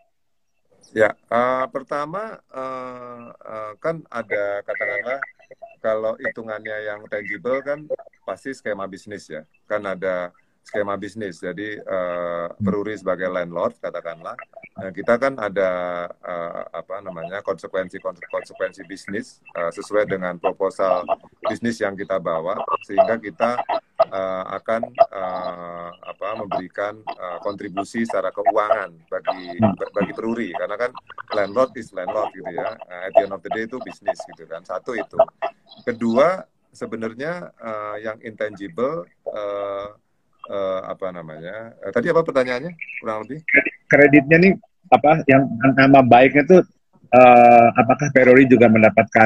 Ya, uh, pertama uh, uh, kan ada katakanlah kalau hitungannya yang tangible kan pasti skema bisnis ya. Kan ada skema bisnis. Jadi uh, Peruri sebagai landlord katakanlah, nah, kita kan ada uh, apa namanya konsekuensi konsekuensi bisnis uh, sesuai dengan proposal bisnis yang kita bawa sehingga kita uh, akan uh, apa memberikan uh, kontribusi secara keuangan bagi bagi peruri, karena kan landlord is landlord gitu ya. Uh, at the end of the day itu bisnis gitu kan. Satu itu. Kedua, sebenarnya uh, yang intangible uh, uh, apa namanya? Uh, tadi apa pertanyaannya? Kurang lebih? Kreditnya nih apa yang nama baiknya tuh uh, apakah Peruri juga mendapatkan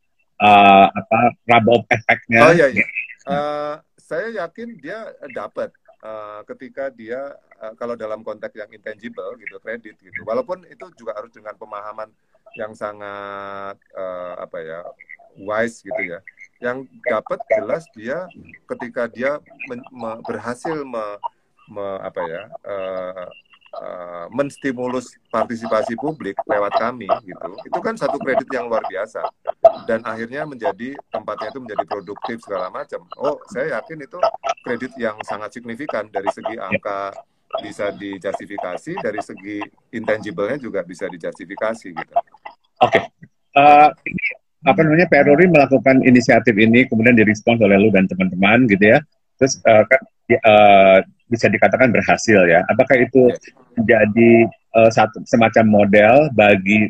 uh, apa rub-off Oh efeknya? iya iya. Uh, saya yakin dia dapat uh, ketika dia uh, kalau dalam konteks yang intangible gitu, kredit gitu. Walaupun itu juga harus dengan pemahaman yang sangat uh, apa ya, wise gitu ya. Yang dapat jelas dia ketika dia men, me, berhasil me, me, apa ya uh, uh, menstimulus partisipasi publik lewat kami gitu. Itu kan satu kredit yang luar biasa. Dan akhirnya menjadi tempatnya itu menjadi produktif segala macam. Oh, saya yakin itu kredit yang sangat signifikan dari segi angka bisa dijustifikasi, dari segi intangible-nya juga bisa dijustifikasi gitu. Oke. Okay. Uh, apa namanya Peruri melakukan inisiatif ini kemudian direspons oleh lu dan teman-teman gitu ya. Terus uh, kan uh, bisa dikatakan berhasil ya. Apakah itu Yeah. menjadi uh, satu semacam model bagi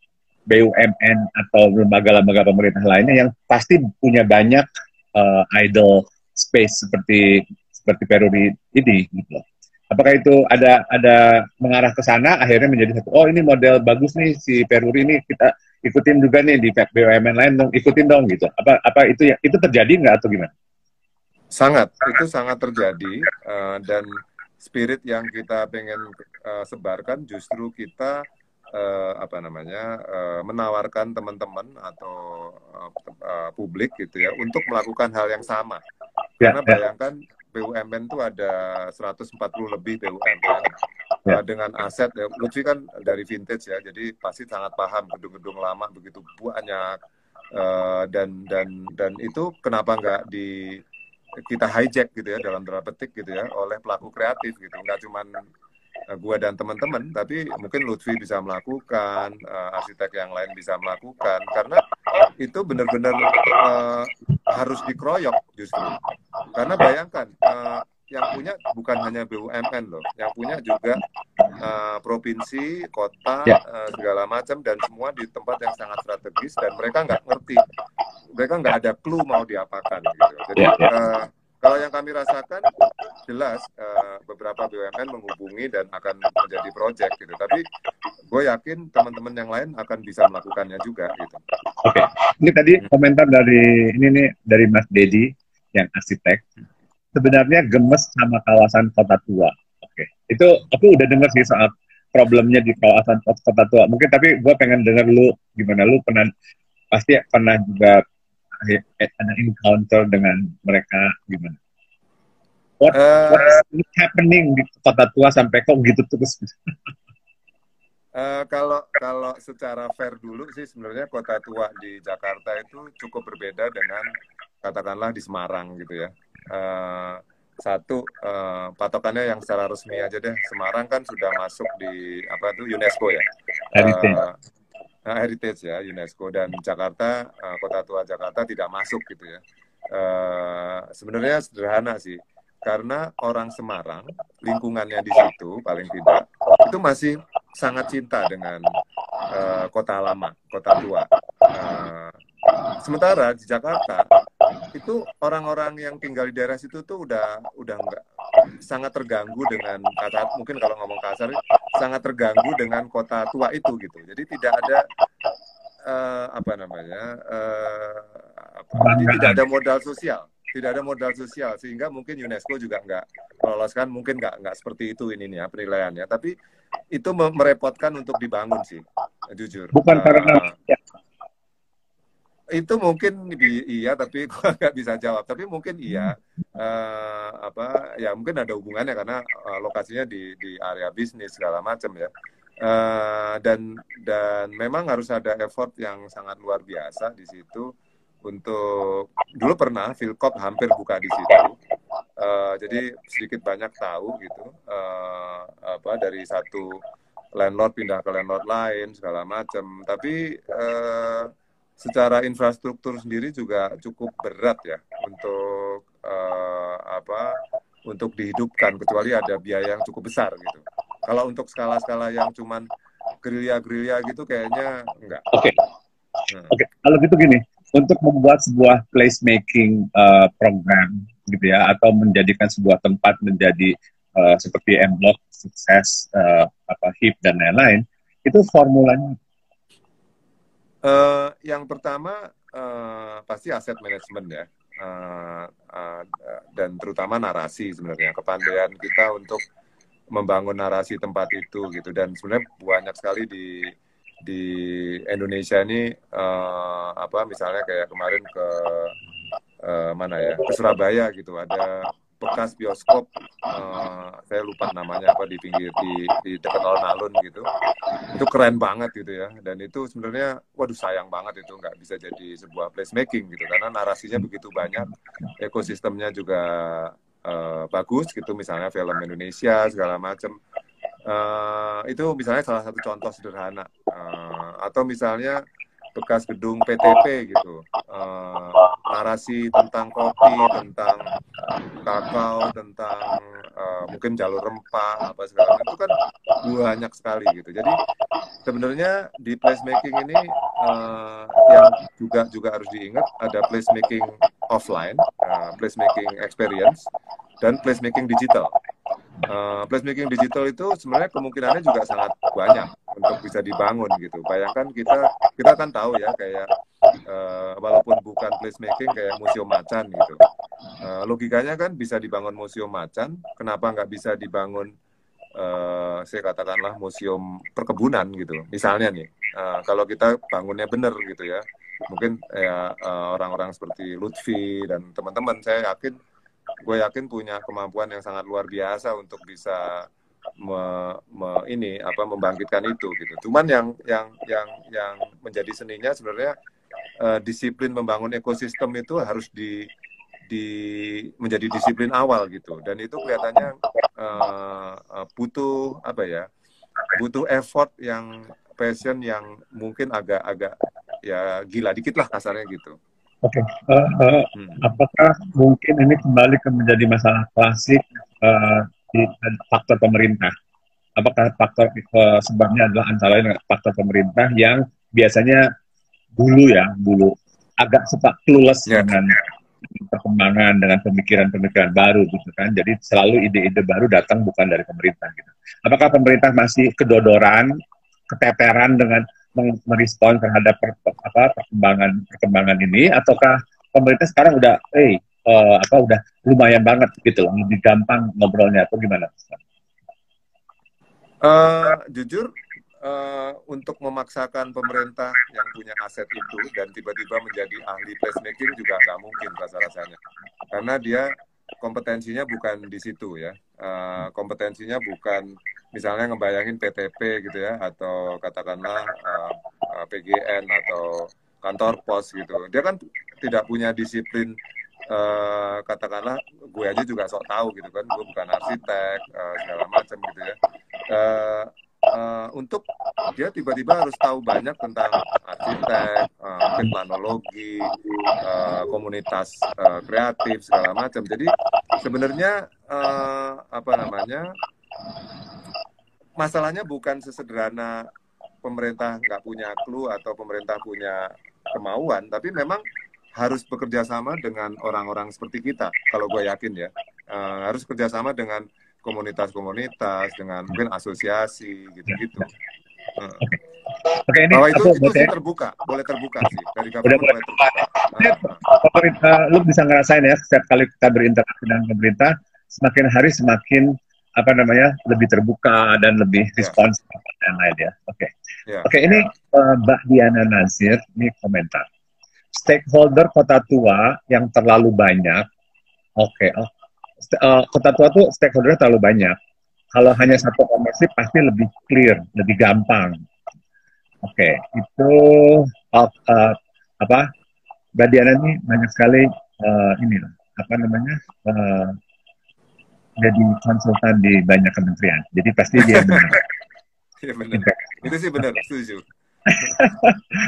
B U M N atau lembaga-lembaga pemerintah lainnya yang pasti punya banyak uh, idle space seperti seperti Peruri ini gitu. Apakah itu ada ada mengarah ke sana akhirnya menjadi satu, oh ini model bagus nih si Peruri ini, kita ikutin juga nih di B U M N lain dong, ikutin dong gitu. Apa apa itu ya itu terjadi nggak atau gimana? Sangat, itu sangat terjadi uh, dan spirit yang kita pengen uh, sebarkan justru kita uh, apa namanya uh, menawarkan teman-teman atau uh, uh, publik gitu ya untuk melakukan hal yang sama. Ya, Karena ya. bayangkan B U M N itu ada seratus empat puluh lebih B U M N Ya. uh, dengan aset. Ya, Lutfi kan dari vintage ya, jadi pasti sangat paham gedung-gedung lama begitu banyak uh, dan dan dan itu kenapa nggak di kita hijack gitu ya dalam tanda petik gitu ya oleh pelaku kreatif gitu, nggak cuman uh, gua dan teman-teman, tapi mungkin Lutfi bisa melakukan, uh, arsitek yang lain bisa melakukan, karena itu benar-benar uh, harus dikeroyok justru. Karena bayangkan uh, yang punya bukan hanya B U M N loh, yang punya juga uh, provinsi, kota, Ya. uh, segala macam, dan semua di tempat yang sangat strategis dan mereka nggak ngerti. Mereka nggak ada clue mau diapakan gitu. Jadi Ya, ya. uh, kalau yang kami rasakan jelas uh, beberapa B U M N menghubungi dan akan menjadi project gitu. Tapi gue yakin teman-teman yang lain akan bisa melakukannya juga gitu. Oke, okay. Ini tadi komentar dari ini nih dari Mas Dedi yang arsitek. Sebenarnya gemes sama kawasan kota tua. Oke, okay. Itu aku udah dengar sih soal problemnya di kawasan kota tua. Mungkin tapi gue pengen dengar lu gimana, lu pernah pasti pernah juga ada encounter dengan mereka gimana? What uh, what's happening di kota tua sampai kok gitu terus? Uh, kalau kalau secara fair dulu sih sebenarnya kota tua di Jakarta itu cukup berbeda dengan katakanlah di Semarang gitu ya. Uh, satu uh, patokannya yang secara resmi aja deh, Semarang kan sudah masuk di apa tuh UNESCO ya. Heritage. Uh, nah, heritage ya UNESCO, dan Jakarta uh, kota tua Jakarta tidak masuk gitu ya. Uh, sebenarnya sederhana sih, karena orang Semarang lingkungannya di situ paling tidak itu masih sangat cinta dengan uh, kota lama, kota tua. Uh, sementara di Jakarta itu orang-orang yang tinggal di daerah situ tuh udah udah nggak sangat terganggu dengan kata mungkin kalau ngomong kasar sangat terganggu dengan kota tua itu gitu. Jadi tidak ada uh, apa namanya uh, apa, jadi tidak ada modal sosial. Tidak ada modal sosial, sehingga mungkin UNESCO juga nggak meloloskan, mungkin nggak nggak seperti itu ini nih ya penilaiannya. Tapi itu merepotkan untuk dibangun sih, jujur. Bukan uh, karena ya. Itu mungkin iya, tapi gua nggak bisa jawab. Tapi mungkin iya, uh, apa ya mungkin ada hubungannya karena uh, lokasinya di di area bisnis segala macam ya. Uh, dan dan memang harus ada effort yang sangat luar biasa di situ. Untuk dulu pernah Philcop hampir buka di situ, uh, jadi sedikit banyak tahu gitu uh, apa dari satu landlord pindah ke landlord lain segala macam. Tapi uh, secara infrastruktur sendiri juga cukup berat ya untuk uh, apa untuk dihidupkan, kecuali ada biaya yang cukup besar gitu. Kalau untuk skala-skala yang cuman gerilya-gerilya gitu kayaknya enggak. Oke, okay. hmm. Oke, okay. Kalau gitu gini, untuk membuat sebuah placemaking uh, program gitu ya, atau menjadikan sebuah tempat menjadi uh, seperti M-Block, sukses, uh, apa H I P dan lain-lain, itu formulanya? Uh, yang pertama uh, pasti aset manajemen ya, uh, uh, dan terutama narasi sebenarnya, kepandaian kita untuk membangun narasi tempat itu gitu. Dan sebenarnya banyak sekali di di Indonesia ini uh, apa misalnya kayak kemarin ke uh, mana ya, ke Surabaya gitu, ada bekas bioskop, uh, saya lupa namanya apa, di pinggir di di dekat alun-alun gitu. Itu keren banget gitu ya, dan itu sebenarnya waduh sayang banget itu nggak bisa jadi sebuah placemaking gitu, karena narasinya begitu banyak, ekosistemnya juga uh, bagus gitu, misalnya film Indonesia segala macam. Uh, itu misalnya salah satu contoh sederhana. Uh, atau misalnya bekas gedung P T P gitu, uh, narasi tentang kopi, tentang kakao, tentang uh, mungkin jalur rempah apa segala macam, itu kan banyak sekali gitu. Jadi sebenarnya di placemaking ini uh, yang juga juga harus diingat, ada placemaking offline, uh, placemaking experience, dan placemaking digital. Uh, placemaking digital itu sebenarnya kemungkinannya juga sangat banyak untuk bisa dibangun gitu. Bayangkan kita kita kan tahu ya, kayak uh, walaupun bukan placemaking kayak museum macan gitu. Uh, logikanya kan bisa dibangun museum macan, kenapa nggak bisa dibangun uh, saya katakanlah museum perkebunan gitu. Misalnya nih, uh, kalau kita bangunnya benar gitu ya, mungkin ya uh, orang-orang seperti Lutfi dan teman-teman, saya yakin gue yakin punya kemampuan yang sangat luar biasa untuk bisa me, me, ini apa membangkitkan itu gitu. Cuman yang yang yang yang menjadi seninya sebenarnya uh, disiplin membangun ekosistem itu harus di di menjadi disiplin awal gitu. Dan itu kelihatannya uh, uh, butuh apa ya? Butuh effort yang passion yang mungkin agak-agak ya gila dikit lah kasarnya gitu. Oke, okay. uh, uh, hmm. apakah mungkin ini kembali ke menjadi masalah klasik uh, di faktor pemerintah? Apakah faktor uh, sebabnya adalah antara lain faktor pemerintah yang biasanya dulu ya, dulu agak suka clueless yeah. dengan perkembangan, dengan pemikiran-pemikiran baru gitu kan? Jadi selalu ide-ide baru datang bukan dari pemerintah gitu. Apakah pemerintah masih kedodoran, keteteran dengan merespon terhadap per, apa, perkembangan perkembangan ini, ataukah pemerintah sekarang udah, eh, hey, uh, apa udah lumayan banget gitu loh, lebih gampang ngobrolnya atau gimana? Uh, jujur, uh, untuk memaksakan pemerintah yang punya aset itu dan tiba-tiba menjadi ahli placemaking juga nggak mungkin rasa-rasanya, karena dia kompetensinya bukan di situ ya, uh, kompetensinya bukan misalnya ngebayangin P T P gitu ya, atau katakanlah uh, uh, P G N atau kantor pos gitu. Dia kan tidak punya disiplin, uh, katakanlah gue aja juga sok tahu gitu kan, gue bukan arsitek, uh, segala macam gitu ya. Uh, uh, untuk dia tiba-tiba harus tahu banyak tentang arsitek, uh, mungkin planologi, uh, komunitas uh, kreatif, segala macam. Jadi sebenarnya uh, apa namanya, masalahnya bukan sesederhana pemerintah nggak punya clue atau pemerintah punya kemauan, tapi memang harus bekerja sama dengan orang-orang seperti kita. Kalau gue yakin ya, uh, harus kerjasama dengan komunitas-komunitas, dengan mungkin asosiasi gitu-gitu. Uh. Oke, ini bahwa itu itu sih terbuka, boleh terbuka sih dari government, boleh terbuka. Uh, pemerintah, lu bisa ngerasain ya, setiap kali kita berinteraksi dengan pemerintah, semakin hari semakin apa namanya lebih terbuka dan lebih responsif yeah. dan lain ya. Oke, okay. yeah. oke okay, ini uh, Mbak Diana Nazir ini komentar. Stakeholder Kota Tua yang terlalu banyak. Oke, okay. oh, uh, Kota Tua tuh stakeholdernya terlalu banyak. Kalau hanya satu ownership pasti lebih clear, lebih gampang. Oke, okay. itu uh, uh, apa? Mbak Diana ini banyak sekali uh, ini apa namanya? Uh, jadi konsultan di banyak kementerian, jadi pasti dia benar. Iya benar. Itu sih benar, setuju. Oke,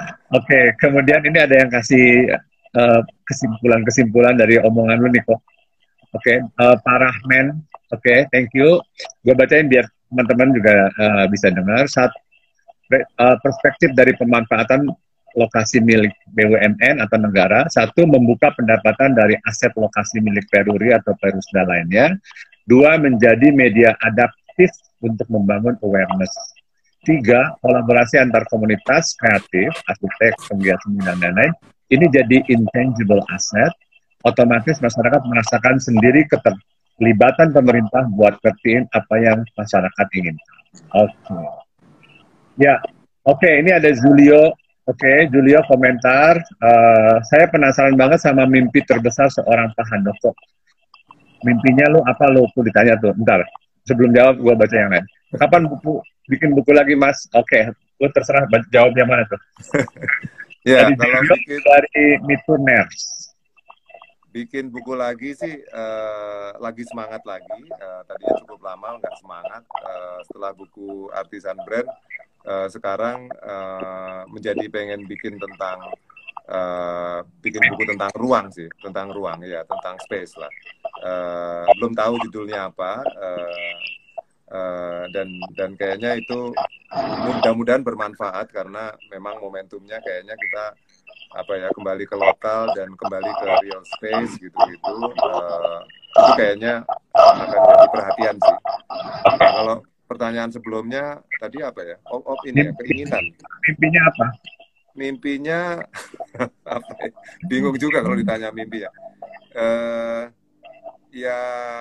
okay, kemudian ini ada yang kasih uh, kesimpulan-kesimpulan dari omongan lu nih kok. Oke, okay. uh, Pak Rahmen, oke, okay, thank you. Gue bacain biar teman-teman juga uh, bisa dengar. Saat uh, perspektif dari pemanfaatan lokasi milik B U M N atau negara, satu, membuka pendapatan dari aset lokasi milik Peruri atau Perusda lainnya. Dua, menjadi media adaptif untuk membangun awareness. Tiga, kolaborasi antar komunitas kreatif, arsitek, penggiat seni, dan lain-lain. Ini jadi intangible asset. Otomatis masyarakat merasakan sendiri keterlibatan pemerintah buat ngertiin apa yang masyarakat ingin. Oke. Okay. Ya, oke. Okay, ini ada Julio. Oke, okay, Julio komentar. Uh, saya penasaran banget sama mimpi terbesar seorang Pak Handoko. Mimpinya lu apa lu? Aku ditanya tuh. Bentar. Sebelum jawab, gue baca yang lain. Kapan buku bikin buku lagi, Mas? Oke, okay. Lu terserah jawab yang mana tuh. Ya, dari kalau Julio, bikin dari Miturners. Bikin buku lagi sih, uh, lagi semangat lagi. Uh, tadinya cukup lama nggak semangat. Uh, setelah buku Artisan Brand, uh, sekarang uh, menjadi pengen bikin tentang uh, bikin buku tentang ruang sih, tentang ruang ya, tentang space lah. Uh, belum tahu judulnya apa. Uh, uh, dan dan kayaknya itu mudah-mudahan bermanfaat karena memang momentumnya kayaknya kita apa ya kembali ke lokal dan kembali ke real space gitu-gitu uh, itu kayaknya akan jadi perhatian sih. Nah, kalau pertanyaan sebelumnya tadi apa ya? Op, op ini ya, keinginan. Mimpinya apa? Mimpinya apa ya? Bingung juga kalau ditanya mimpi ya. Uh, ya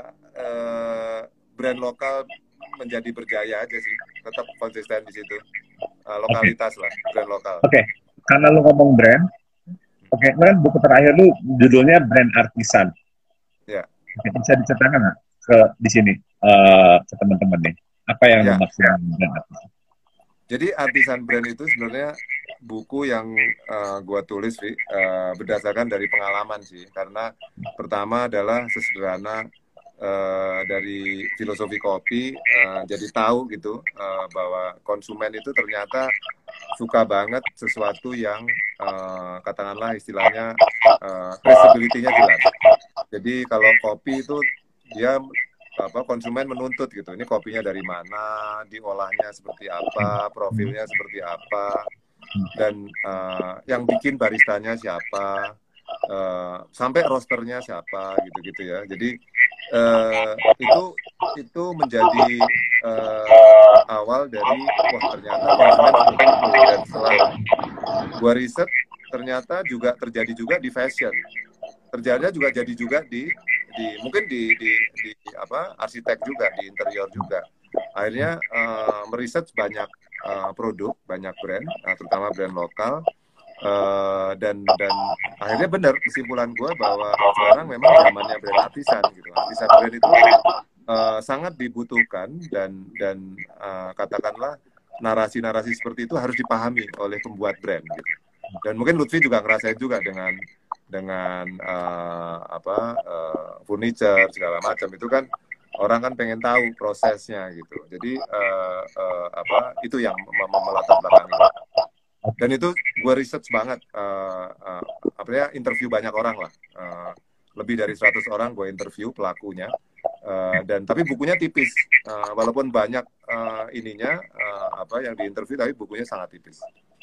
uh, brand lokal menjadi berjaya aja sih, tetap konsisten di situ. Uh, lokalitas okay. lah, brand lokal. Oke, okay. Karena lu ngomong brand, oke, okay. Kan buku terakhir lu judulnya Brand Artisan. Ya. Okay. Bisa diceritakan nggak ke di sini uh, ke teman-teman nih, apa yang ya. Dimaksudkan brand artisan? Jadi Artisan Brand itu sebenarnya buku yang uh, gua tulis, Vi, uh, berdasarkan dari pengalaman sih. Karena pertama adalah sesederhana uh, dari filosofi kopi, uh, jadi tahu gitu uh, bahwa konsumen itu ternyata suka banget sesuatu yang uh, katakanlah istilahnya uh, traceability-nya jelas. Jadi kalau kopi itu dia apa konsumen menuntut gitu, ini kopinya dari mana, diolahnya seperti apa, profilnya seperti apa, dan uh, yang bikin baristanya siapa, uh, sampai rosternya siapa gitu-gitu ya. Jadi uh, itu itu menjadi uh, awal dari wah ternyata konsumen seperti itu. Dan setelah gua riset ternyata juga terjadi juga di fashion, terjadi juga jadi juga di di mungkin di, di di apa arsitek juga, di interior juga. Akhirnya uh, meriset banyak uh, produk, banyak brand, uh, terutama brand lokal, uh, dan dan akhirnya benar kesimpulan gue bahwa sekarang memang zamannya brand artisan gitu. Artisan brand itu uh, sangat dibutuhkan dan dan uh, katakanlah narasi-narasi seperti itu harus dipahami oleh pembuat brand gitu. Dan mungkin Lutfi juga ngerasain juga dengan dengan uh, apa uh, furniture segala macam itu kan orang kan pengen tahu prosesnya gitu. Jadi uh, uh, apa itu yang mem melatar belakangi. Dan itu gue research banget, uh, uh, apa ya interview banyak orang lah, uh, lebih dari seratus orang gue interview pelakunya. Uh, dan tapi bukunya tipis, uh, walaupun banyak uh, ininya uh, apa yang diinterview, tapi bukunya sangat tipis.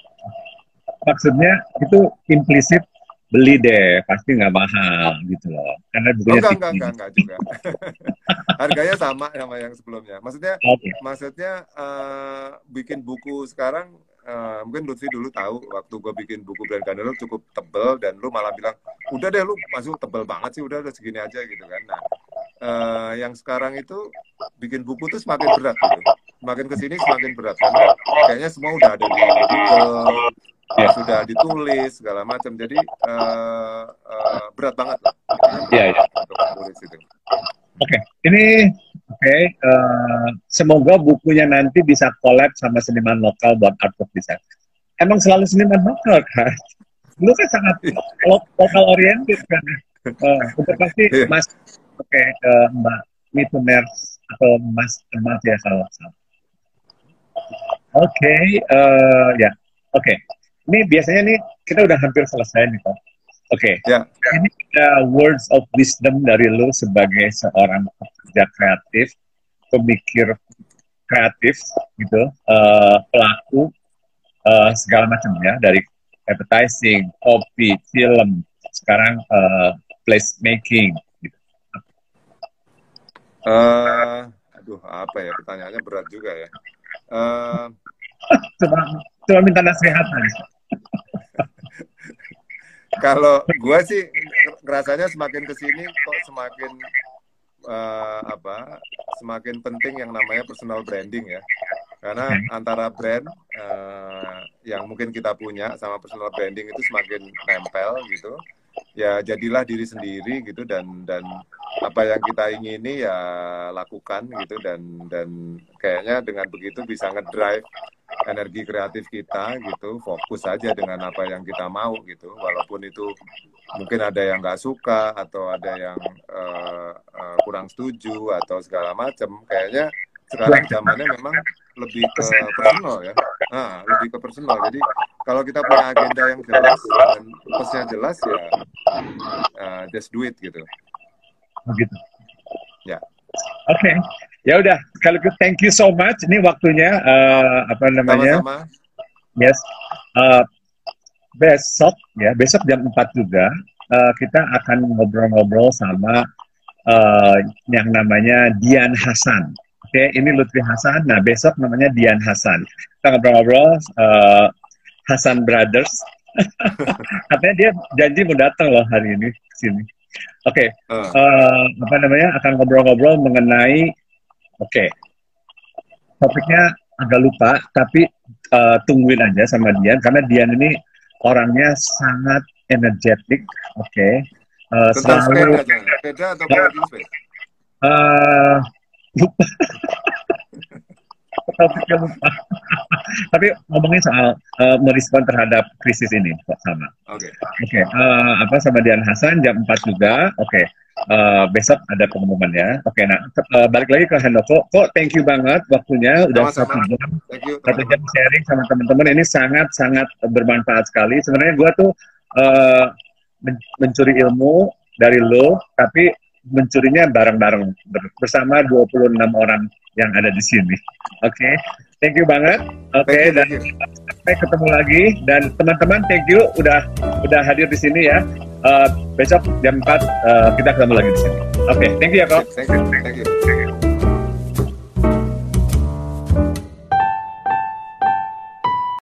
Maksudnya itu implisit beli deh, pasti nggak mahal gitu loh. Karena bukunya oh, enggak, tipis. enggak, enggak, enggak juga. Harganya sama sama yang sebelumnya. Maksudnya, okay. maksudnya uh, bikin buku sekarang, uh, mungkin Lutfi dulu tahu waktu gue bikin buku Brand Gandelo cukup tebel dan lu malah bilang, udah deh lu masuk tebel banget sih, udah udah segini aja gitu kan. Nah, uh, yang sekarang itu bikin buku tuh semakin berat gitu. Semakin kesini semakin berat karena kayaknya semua udah ada di Google. Ya. Sudah ditulis segala macam, jadi uh, uh, berat banget lah. Iya, ya. Untuk tulis itu. Oke, okay. Ini oke. Okay. Uh, semoga bukunya nanti bisa collab sama seniman lokal buat artwork design. Emang selalu seniman lokal kan? Lu kan sangat lokal oriented kan? Uh, udah pasti Mas, oke okay, uh, Mbak Miturners atau Mas Mas ya salah salah. Oke, okay, uh, ya, yeah. Oke. Okay. Ini biasanya nih kita udah hampir selesai nih Pak. Oke, Ya, ini ada words of wisdom dari lu sebagai seorang pekerja kreatif, pemikir kreatif, gitu, uh, pelaku uh, segala macam ya, dari advertising, kopi, film, sekarang uh, place making. Gitu. uh, aduh apa ya pertanyaannya berat juga ya. Uh, Coba, coba minta nasihat aja. Kalau gue sih rasanya semakin kesini kok semakin uh, apa, semakin penting yang namanya personal branding ya. Karena Okay. antara brand uh, yang mungkin kita punya sama personal branding itu semakin nempel gitu. Ya jadilah diri sendiri gitu dan dan apa yang kita ingini ya lakukan gitu dan dan kayaknya dengan begitu bisa ngedrive energi kreatif kita gitu, fokus aja dengan apa yang kita mau gitu, walaupun itu mungkin ada yang nggak suka atau ada yang uh, uh, kurang setuju atau segala macam. Kayaknya sekarang zamannya memang lebih ke personal ya, ah, lebih ke personal. Jadi kalau kita punya agenda yang jelas dan purpose-nya jelas ya, uh, just do it gitu. Begitu. Ya. Oke, okay. Ya udah. Kalau gitu, thank you so much. Ini waktunya uh, apa namanya? Sama-sama. Yes. Uh, besok ya, besok jam empat juga uh, kita akan ngobrol-ngobrol sama uh, yang namanya Dian Hasan. Oke, okay? Ini Lutfi Hasan. Nah, besok namanya Dian Hasan. Kita ngobrol-ngobrol uh, Hasan Brothers. Katanya dia janji mau datang loh hari ini ke sini. Oke, okay. uh. uh, apa namanya akan ngobrol-ngobrol mengenai, oke, okay. Topiknya agak lupa, tapi uh, tungguin aja sama Dian karena Dian ini orangnya sangat energetik, oke. Okay. Uh, Tentang selalu, sepeda, jangan. Sepeda atau co-working space? Uh, lupa. Topiknya lupa. Tapi ngomongin soal uh, merespon terhadap krisis ini kok sama. Oke. Okay. Oke, okay. uh, apa sama Dian Hasan jam empat juga. Oke. Okay. Uh, besok ada pengumuman ya. Oke, okay, nah uh, balik lagi ke Handoko. Kok thank you banget waktunya udah satu jam. Satu jam sharing sama teman-teman ini sangat-sangat bermanfaat sekali. Sebenarnya gue tuh uh, men mencuri ilmu dari lo, tapi mencurinya bareng-bareng bersama dua puluh enam orang yang ada di sini. Oke, okay. Thank you banget. Oke, okay, dan sampai ketemu lagi. Dan teman-teman, thank you udah udah hadir di sini ya. Uh, besok jam empat uh, kita ketemu lagi di sini. Oke, okay, thank you ya kok. Thank you, thank you. Thank you.